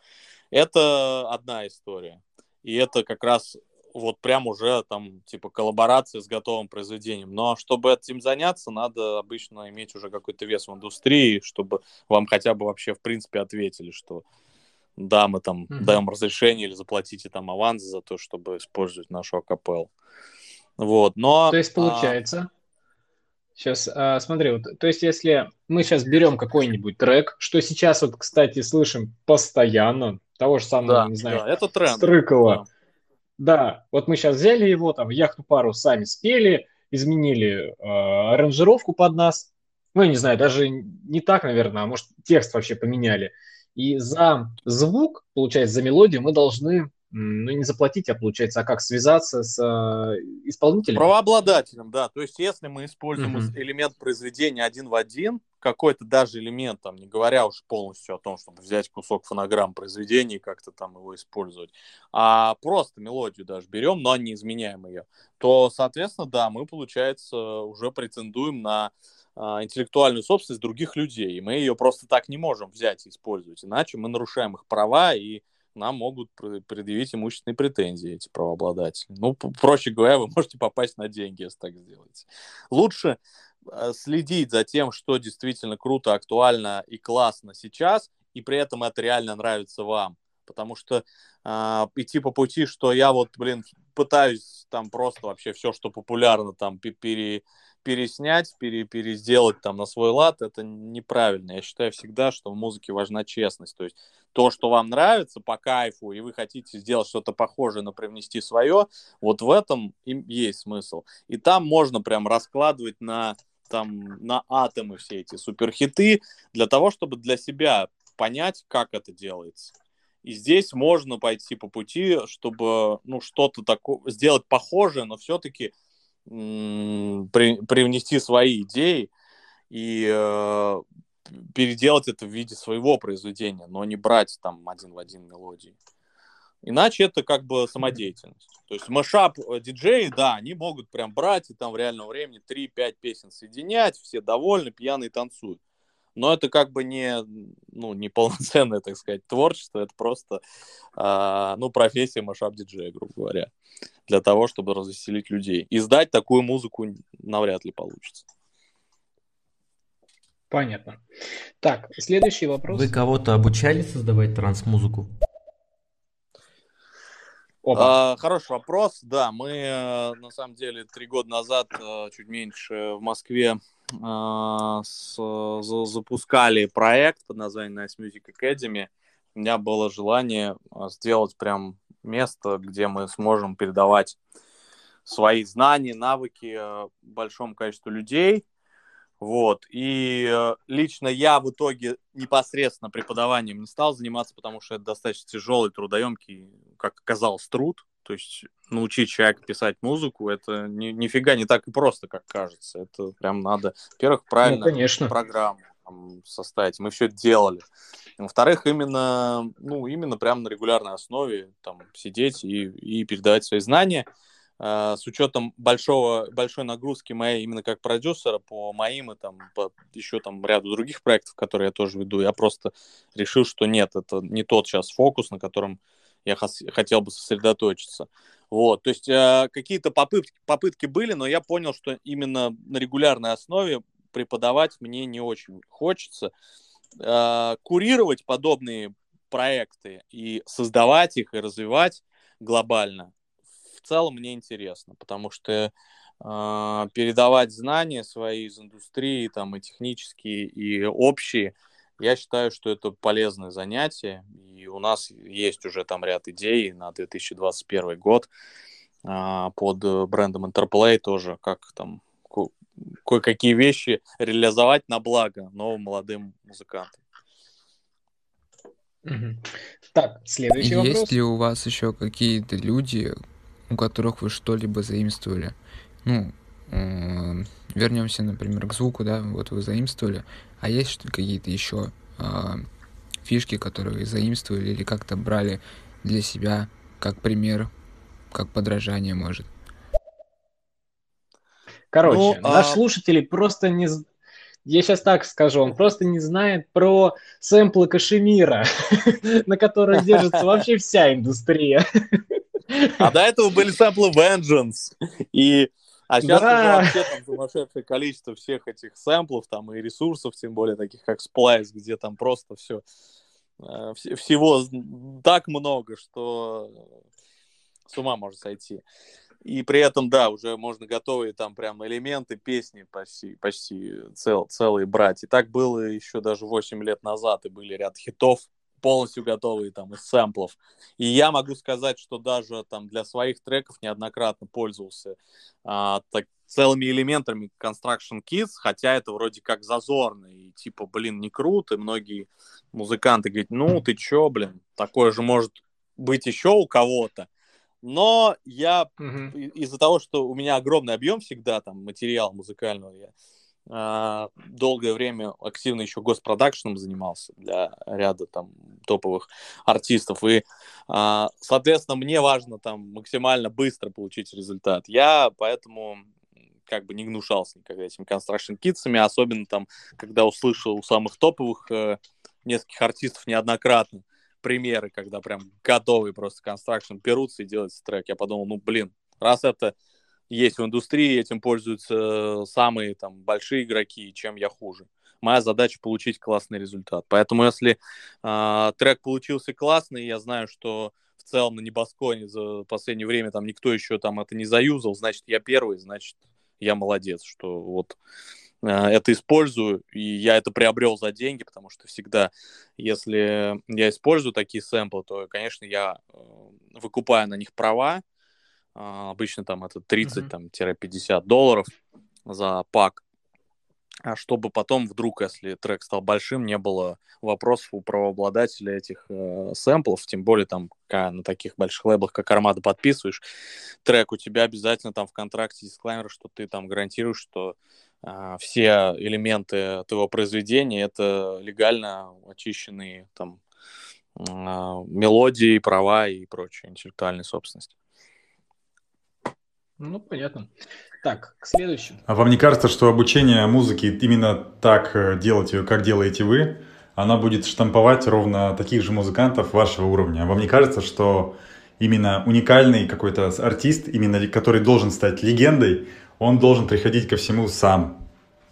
Это одна история. И это как раз вот прям уже там типа коллаборация с готовым произведением. Но чтобы этим заняться, надо обычно иметь уже какой-то вес в индустрии, чтобы вам хотя бы вообще в принципе ответили, что да, мы там мгм. даем разрешение или заплатите там аванс за то, чтобы использовать нашу акапеллу. Вот, То но есть а, получается, сейчас смотри, вот, то есть если мы сейчас берем какой-нибудь трек, что сейчас вот, кстати, слышим постоянно, того же самого, да, не знаю, да, это тренд, Стрыкова, да. да, вот мы сейчас взяли его, там, яхту пару сами спели, изменили э, аранжировку под нас, ну, я не знаю, даже не так, наверное, а может, текст вообще поменяли. И за звук, получается, за мелодию мы должны, м, ну, не заплатить, а, получается, а как, связаться с э, С исполнителем? правообладателем, да. То есть, если мы используем из- Мгм. элемент произведения один в один, какой-то даже элемент, там, не говоря уж полностью о том, чтобы взять кусок фонограмм произведения и как-то там его использовать, а просто мелодию даже берем, но не изменяем ее, то, соответственно, да, мы, получается, уже претендуем на а, интеллектуальную собственность других людей. И мы ее просто так не можем взять и использовать, иначе мы нарушаем их права, и нам могут пр- предъявить имущественные претензии эти правообладатели. Ну, п- проще говоря, вы можете попасть на деньги, если так сделаете. Лучше э, следить за тем, что действительно круто, актуально и классно сейчас, и при этом это реально нравится вам. Потому что а, идти по пути, что я вот, блин, пытаюсь там просто вообще все, что популярно, там пе- пере, переснять, пере, переделать там на свой лад, это неправильно. Я считаю всегда, что в музыке важна честность. То есть то, что вам нравится по кайфу, и вы хотите сделать что-то похожее, но привнести свое, вот в этом им есть смысл. И там можно прям раскладывать на, там, на атомы все эти суперхиты для того, чтобы для себя понять, как это делается. И здесь можно пойти по пути, чтобы ну, что-то такое сделать похожее, но все-таки м- при, привнести свои идеи и э, переделать это в виде своего произведения, но не брать там один в один мелодии. Иначе это как бы самодеятельность. То есть мэшап диджеи, да, они могут прям брать и там в реальном времени три-пять песен соединять, все довольны, пьяные танцуют. Но это как бы не, ну, не полноценное, так сказать, творчество, это просто, а, ну, профессия мэшап-диджея, грубо говоря, для того, чтобы развеселить людей. Издать такую музыку навряд ли получится. Понятно. Так, следующий Вы вопрос. кого-то обучали создавать транс-музыку? Оба. А, хороший вопрос. Да, мы э, на самом деле три года назад, э, чуть меньше, в Москве э, с- за- запускали проект под названием Nice Music Academy. У меня было желание э, сделать прям место, где мы сможем передавать свои знания, навыки э, большому количеству людей. Вот. И э, лично я в итоге непосредственно преподаванием не стал заниматься, потому что это достаточно тяжелый, трудоемкий, как оказалось, труд. То есть научить человека писать музыку, это ни, нифига не так и просто, как кажется. Это прям надо, во-первых, Ну, правильно конечно. программу там, составить. Мы все это делали. Во-вторых, именно, ну, именно прям на регулярной основе там сидеть и, и передавать свои знания. Uh, с учетом большого, большой нагрузки моей именно как продюсера по моим и там по еще там ряду других проектов, которые я тоже веду, я просто решил, что нет, это не тот сейчас фокус, на котором я хос- хотел бы сосредоточиться. Вот, то есть uh, какие-то попытки, попытки были, но я понял, что именно на регулярной основе преподавать мне не очень хочется. Uh, курировать подобные проекты и создавать их и развивать глобально в целом мне интересно, потому что э, передавать знания свои из индустрии, там и технические, и общие, я считаю, что это полезное занятие, и у нас есть уже там ряд идей на две тысячи двадцать первый год э, под брендом Interplay тоже, как там ку- кое-какие вещи реализовать на благо новым молодым музыкантам. Мгм. Так, следующий Есть вопрос. ли у вас еще какие-то люди, у которых вы что-либо заимствовали? Ну, м, вернемся, например, к звуку, да, вот вы заимствовали, а есть что- какие-то еще а, фишки, которые вы заимствовали или как-то брали для себя как пример, как подражание, может? Короче, Ну, наш а, слушатель просто не... з- Я сейчас так скажу, он просто не знает про сэмплы Кашемира, на которых держится вообще вся индустрия. а до этого были сэмплы Vengeance, и а сейчас уже Да. вообще там сумасшедшее количество всех этих сэмплов там и ресурсов, тем более таких как Splice, где там просто все всего так много, что с ума можно сойти. И при этом, да, уже можно готовые там прям элементы песни почти, почти цел, целые брать. И так было еще даже восемь лет назад, и были ряд хитов полностью готовые там из сэмплов. И я могу сказать, что даже там для своих треков неоднократно пользовался а, так, целыми элементами Construction Kids, хотя это вроде как зазорно, и типа, блин, не круто, и многие музыканты говорят, ну ты чё, блин, такое же может быть еще у кого-то. Но я Мгм. из-за того, что у меня огромный объем всегда там материала музыкального, я а, долгое время активно еще госпродакшеном занимался для ряда там топовых артистов. И, а, соответственно, мне важно там максимально быстро получить результат. Я поэтому как бы не гнушался никогда этими Construction Kids'ами, особенно там, когда услышал у самых топовых э, нескольких артистов неоднократно примеры, когда прям готовые просто Construction берутся и делается трек. Я подумал, ну, блин, раз это есть в индустрии, этим пользуются самые там большие игроки, чем я хуже. Моя задача получить классный результат. Поэтому если э, трек получился классный, я знаю, что в целом на небосклоне за последнее время там никто еще там это не заюзал, значит, я первый, значит, я молодец, что вот э, это использую, и я это приобрел за деньги, потому что всегда, если я использую такие сэмплы, то, конечно, я э, выкупаю на них права. А, обычно там это тридцать-пятьдесят долларов за пак. А чтобы потом вдруг, если трек стал большим, не было вопросов у правообладателя этих э, сэмплов, тем более там ка- на таких больших лейблах, как Armada, подписываешь трек, у тебя обязательно там в контракте дисклеймер, что ты там гарантируешь, что э, все элементы твоего произведения это легально очищенные там э, мелодии, права и прочая интеллектуальная собственность. Ну, понятно. Так, к следующему. А вам не кажется, что обучение музыке именно так э, делать ее, как делаете вы, она будет штамповать ровно таких же музыкантов вашего уровня? А вам не кажется, что именно уникальный какой-то артист, именно который должен стать легендой, он должен приходить ко всему сам?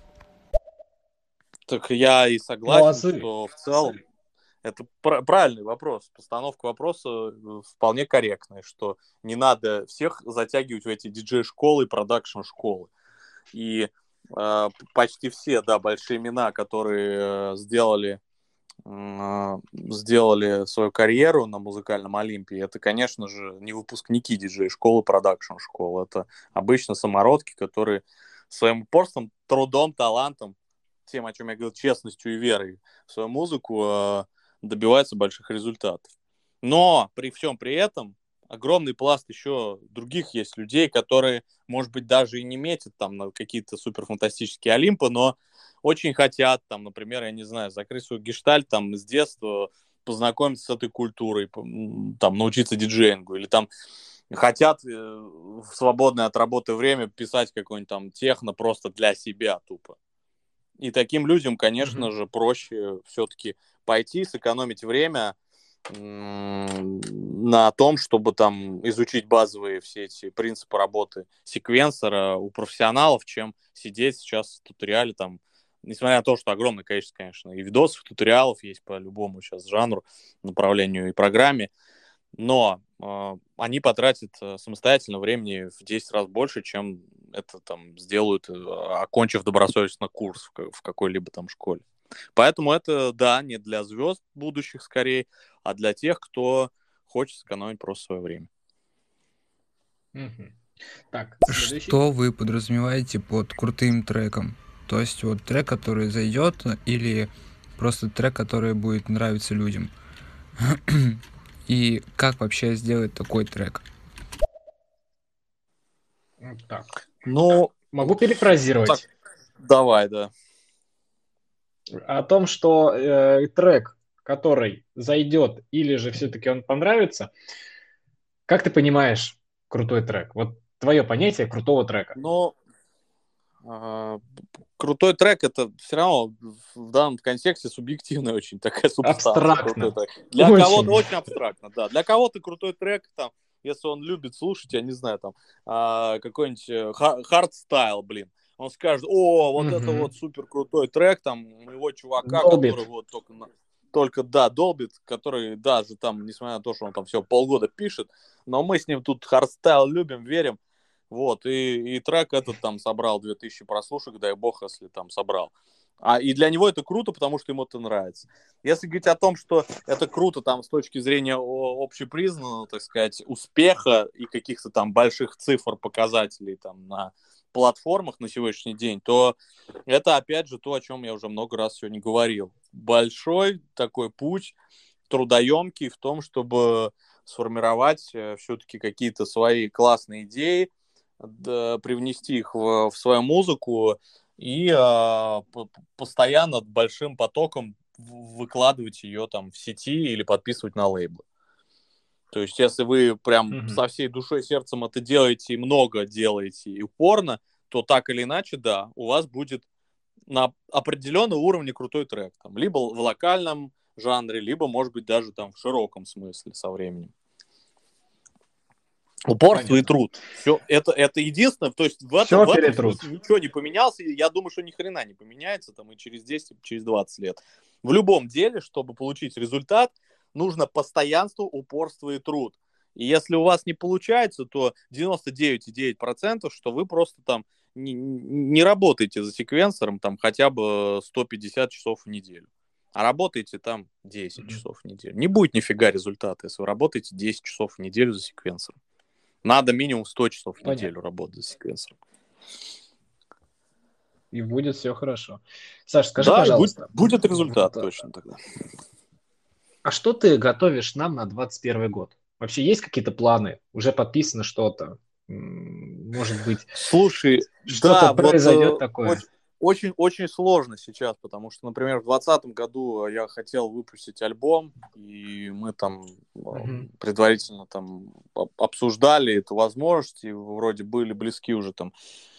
Так я и Ну, а согласен, смотри, что в целом это пр- правильный вопрос. Постановка вопроса э, вполне корректная, что не надо всех затягивать в эти диджей-школы, продакшн-школы. И э, почти все, да, большие имена, которые э, сделали, э, сделали свою карьеру на музыкальном Олимпе, это, конечно же, не выпускники диджей-школы, продакшн-школы. Это обычно самородки, которые своим упорством, трудом, талантом, тем, о чем я говорил, честностью и верой в свою музыку, э, добиваются больших результатов. Но при всем при этом огромный пласт еще других есть людей, которые, может быть, даже и не метят там на какие-то суперфантастические Олимпы, но очень хотят, там, например, я не знаю, закрыть свой гештальт там с детства, познакомиться с этой культурой, там, научиться диджеингу, или там хотят э, в свободное от работы время писать какой-нибудь там техно просто для себя тупо. И таким людям, конечно мгм. же, проще все-таки пойти, сэкономить время м, на том, чтобы там изучить базовые все эти принципы работы секвенсора у профессионалов, чем сидеть сейчас в туториале там, несмотря на то, что огромное количество, конечно, и видосов, и туториалов есть по любому сейчас жанру, направлению и программе, но э, они потратят э, самостоятельно времени в десять раз больше, чем это там сделают, э, окончив добросовестно курс в, ка- в какой-либо там школе. Поэтому это, да, не для звезд будущих скорее, а для тех, кто хочет сэкономить просто свое время. Мгм. Так, следующий. Что вы подразумеваете под крутым треком? То есть вот трек, который зайдет, или просто трек, который будет нравиться людям? И как вообще сделать такой трек? Так, Ну, могу перефразировать. так, давай, да. О том, что э, трек, который зайдет, или же все-таки он понравится, как ты понимаешь крутой трек? Вот твое понятие крутого трека. Но а, крутой трек это все равно в данном контексте субъективная очень такая субстанция. Крутой Абстрактно. трек. Для Очень. кого-то очень абстрактно, да. Для кого-то крутой трек, там, если он любит слушать, я не знаю, там, а, какой-нибудь хардстайл, блин. Он скажет, о, вот это Мгм. вот супер крутой трек, там, моего чувака, Долбит. который вот только, на- только, да, долбит, который даже там, несмотря на то, что он там все полгода пишет, но мы с ним тут хардстайл любим, верим. Вот, и, и трек этот там собрал две тысячи прослушек, дай бог, если там собрал. А, и для него это круто, потому что ему это нравится. Если говорить о том, что это круто там с точки зрения о- общепризнанного, так сказать, успеха и каких-то там больших цифр, показателей там на платформах на сегодняшний день, то это опять же то, о чем я уже много раз сегодня говорил. Большой такой путь, трудоемкий в том, чтобы сформировать э, все-таки какие-то свои классные идеи, да, привнести их в, в свою музыку и а, п- постоянно большим потоком в- выкладывать ее там в сети или подписывать на лейблы. То есть, если вы прям Мгм. со всей душой и сердцем это делаете, и много делаете, и упорно, то так или иначе, да, у вас будет на определенном уровне крутой трек. Там, либо в локальном жанре, либо, может быть, даже там в широком смысле со временем. Упорство и Понятно. труд. Все, это, это единственное. То есть в, это, Все в этом перетрут. смысле ничего не поменялось. И я думаю, что ни хрена не поменяется там и через десять, и через двадцать лет. В любом деле, чтобы получить результат, нужно постоянство, упорство и труд. И если у вас не получается, то девяносто девять целых девять десятых процента, что вы просто там не, не работаете за секвенсором там хотя бы сто пятьдесят часов в неделю. А работаете там десять Мгм. часов в неделю. Не будет нифига результата, если вы работаете десять часов в неделю за секвенсором. Надо минимум сто часов в Понятно. неделю работать за секвенсором. И будет все хорошо. Саш, скажи, Да, и будет, пожалуйста, будет результат вот, а точно тогда. а что ты готовишь нам на двадцать первый год? Вообще есть какие-то планы? Уже подписано что-то? М, Может быть, Слушай, что-то да, вот произойдет э, такое? очень, очень, очень сложно сейчас, потому что, например, в двадцатом году я хотел выпустить альбом, и мы там э, Мгм. предварительно там об- обсуждали эту возможность, и вроде были близки уже там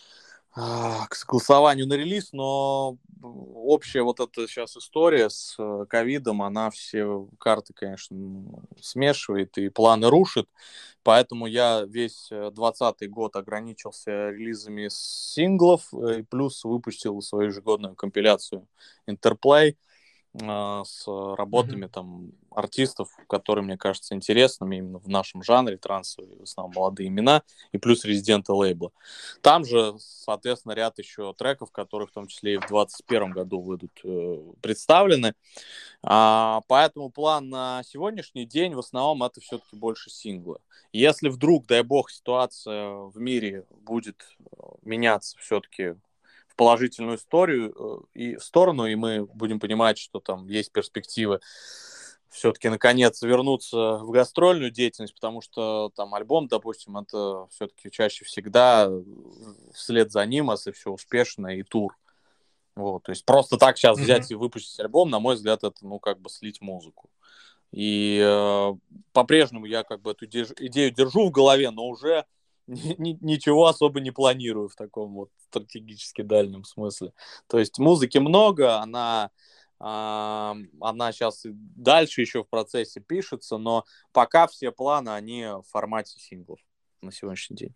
а, к согласованию на релиз, но общая вот эта сейчас история с э, ковидом, она все карты, конечно, ну, смешивает и планы рушит, поэтому я весь э, двадцатый год ограничился релизами синглов, э, и плюс выпустил свою ежегодную компиляцию Interplay э, с работами Мгм. там артистов, которые мне кажутся интересными именно в нашем жанре, трансовые, в основном молодые имена, и плюс резиденты лейбла. Там же, соответственно, ряд еще треков, которые в том числе и в двадцать первом году выйдут, э, представлены. А, поэтому план на сегодняшний день в основном это все-таки больше синглы. Если вдруг, дай бог, ситуация в мире будет э, меняться все-таки в положительную историю э, и сторону, и мы будем понимать, что там есть перспективы все-таки наконец вернуться в гастрольную деятельность, потому что там альбом, допустим, это все-таки чаще всегда вслед за ним, если все успешно, и тур. Вот, то есть просто так сейчас Мгм. взять и выпустить альбом, на мой взгляд, это, ну, как бы слить музыку. И э, по-прежнему я как бы эту деж- идею держу в голове, но уже ни- ни- ничего особо не планирую в таком вот стратегически дальнем смысле. То есть музыки много, она, а, она сейчас и дальше еще в процессе пишется, но пока все планы, они в формате синглов на сегодняшний день.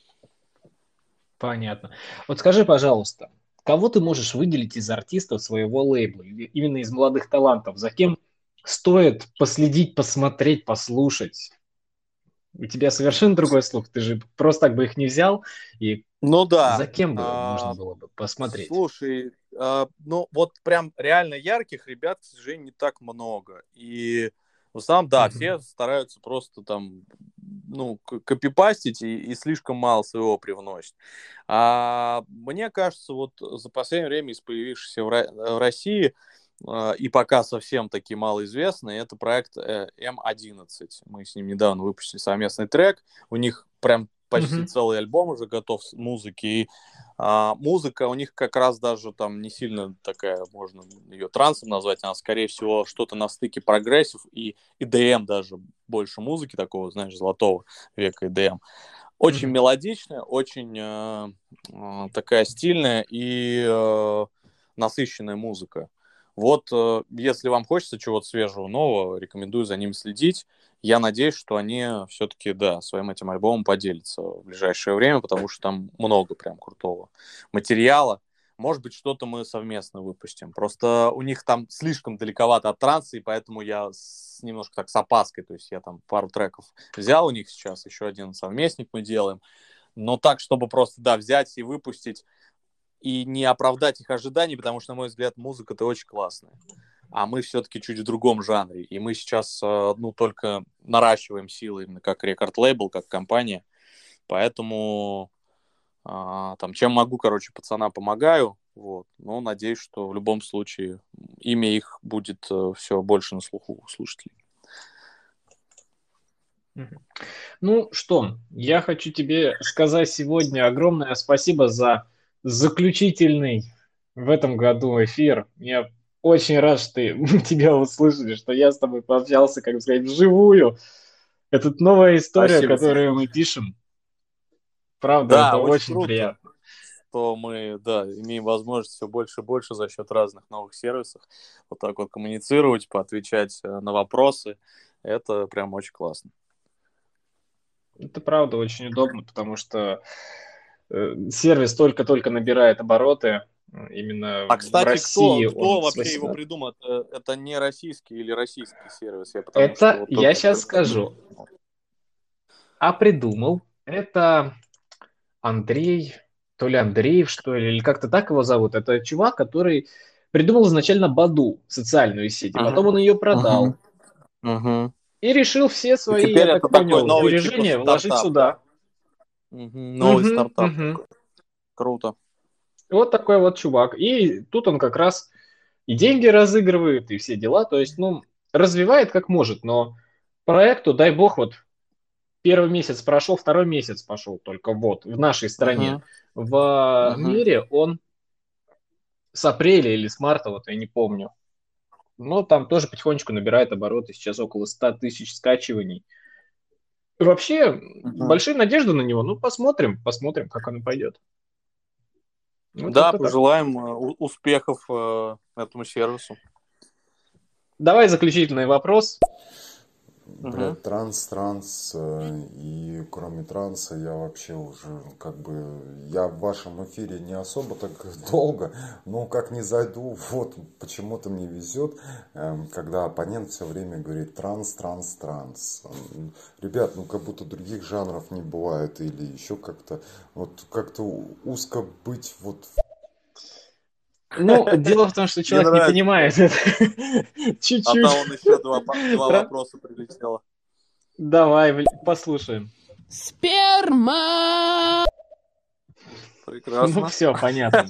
Понятно. Вот скажи, пожалуйста, кого ты можешь выделить из артистов своего лейбла, или именно из молодых талантов, за кем стоит последить, посмотреть, послушать? У тебя совершенно другой слух, ты же просто так бы их не взял, и Ну за да, кем бы можно а, было бы посмотреть? слушай, а, ну вот прям реально ярких ребят, к сожалению, не так много. И В основном, да, Мгм. все стараются просто там, ну, к- копипастить и, и слишком мало своего привносить. А мне кажется, вот за последнее время из появившихся в, Ро- в России а, и пока совсем таки малоизвестный, это проект э, эм одиннадцать. Мы с ним недавно выпустили совместный трек. У них прям почти Мгм. целый альбом уже готов с музыки. И а, музыка у них как раз даже там не сильно такая, можно ее трансом назвать, она скорее всего что-то на стыке прогрессив и и ди эм даже, больше музыки такого, знаешь, золотого века и ди эм. Очень Мгм. мелодичная, очень э, э, такая стильная и э, насыщенная музыка. Вот, э, если вам хочется чего-то свежего, нового, рекомендую за ним следить. Я надеюсь, что они все-таки, да, своим этим альбомом поделятся в ближайшее время, потому что там много прям крутого материала. Может быть, что-то мы совместно выпустим. Просто у них там слишком далековато от транса, и поэтому я с, немножко так с опаской. То есть я там пару треков взял у них сейчас, еще один совместник мы делаем. Но так, чтобы просто, да, взять и выпустить, и не оправдать их ожиданий, потому что, на мой взгляд, музыка-то очень классная. А мы все-таки чуть в другом жанре. И мы сейчас, э, ну, только наращиваем силы именно как рекорд-лейбл, как компания. Поэтому а, там, чем могу, короче, пацанам помогаю. Вот. Но надеюсь, что в любом случае имя их будет э, все больше на слуху у слушателей. Мгм. Ну что, я хочу тебе сказать сегодня огромное спасибо за заключительный в этом году эфир. Я очень рад, что ты- тебя услышали, что я с тобой пообщался, как бы сказать, вживую. Это новая история, Спасибо. которую мы пишем. Правда, Да, это очень очень круто, приятно. что мы, да, имеем возможность все больше и больше за счет разных новых сервисов вот так вот коммуницировать, поотвечать э, на вопросы. Это прям очень классно. Это правда очень удобно, потому что э, сервис только-только набирает обороты. Э, Именно А, в кстати, кто, России кто он с вообще его восемнадцатого. придумал? Это, это не российский или российский сервис? Я потому что Это вот я только... сейчас скажу. А придумал это Андрей, то ли Андреев, что ли, или как-то так его зовут. Это чувак, который придумал изначально Баду, социальную сеть, и потом Мгм. он ее Мгм. продал. Мгм. И решил все И свои, я теперь это так такой понял, новый типа сбережения вложить стартап, да? сюда. Мгм. Новый Мгм, стартап мгм. такой. Круто. Вот такой вот чувак. И тут он как раз и деньги разыгрывает, и все дела. То есть, ну, развивает как может, но проекту, дай бог, вот первый месяц прошел, второй месяц пошел только вот в нашей стране. Мгм. В Мгм. мире он с апреля или с марта, вот я не помню. Но там тоже потихонечку набирает обороты, сейчас около ста тысяч скачиваний. Вообще, Мгм. большие надежды на него. Ну, посмотрим, посмотрим, как оно пойдет. Вот Да, как-то так. пожелаем э, у- успехов э, этому сервису. Давай заключительный вопрос. Мгм. Блядь, транс, транс, э, и кроме транса я вообще уже, как бы, я в вашем эфире не особо так долго, но как не зайду, вот почему-то мне везет, эм, когда оппонент все время говорит транс, транс, транс. М, Ребят, ну как будто других жанров не бывает, или еще как-то, вот как-то узко быть вот в Ну, дело в том, что Не человек не нравится. понимает это А чуть-чуть. там он еще два, по- два Тра- вопроса прилетело. Давай, бля, послушаем. Сперма! Ну, Прекрасно. все, понятно.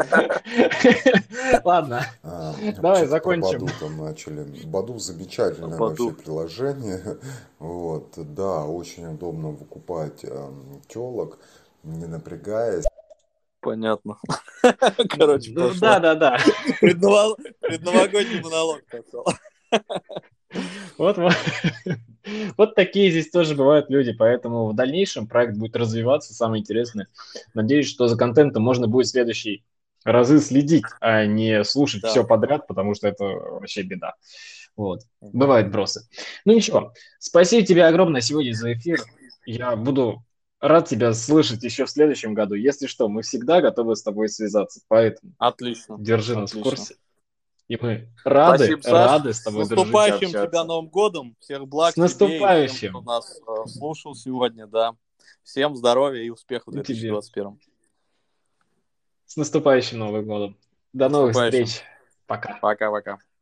Ладно, А, давай что-то про закончим. Баду там начали. Баду замечательное вообще Баду. приложение. Вот, да, очень удобно выкупать телок, не напрягаясь. Понятно. Короче, Ну, пошла. да, да, да. Предново- Предновогодний монолог пошел. Вот, вот. Вот такие здесь тоже бывают люди, поэтому в дальнейшем проект будет развиваться, самое интересное. Надеюсь, что за контентом можно будет в следующие разы следить, а не слушать Да. все подряд, потому что это вообще беда. Вот. Мгм. Бывают бросы. Ну ничего, спасибо тебе огромное сегодня за эфир. Я буду рад тебя слышать еще в следующем году. Если что, мы всегда готовы с тобой связаться, поэтому Отлично. держи нас в Отлично. курсе. И мы рады, Спасибо, Саш. рады с С тобой дружить и наступающим тебя общаться. Новым годом. Всех С благ тебе и всем, кто наступающим нас э, слушал сегодня, да. Всем здоровья и успехов в и тебе. две тысячи двадцать первом. С наступающим Новым годом. До новых Наступающим. встреч. Пока. Пока-пока.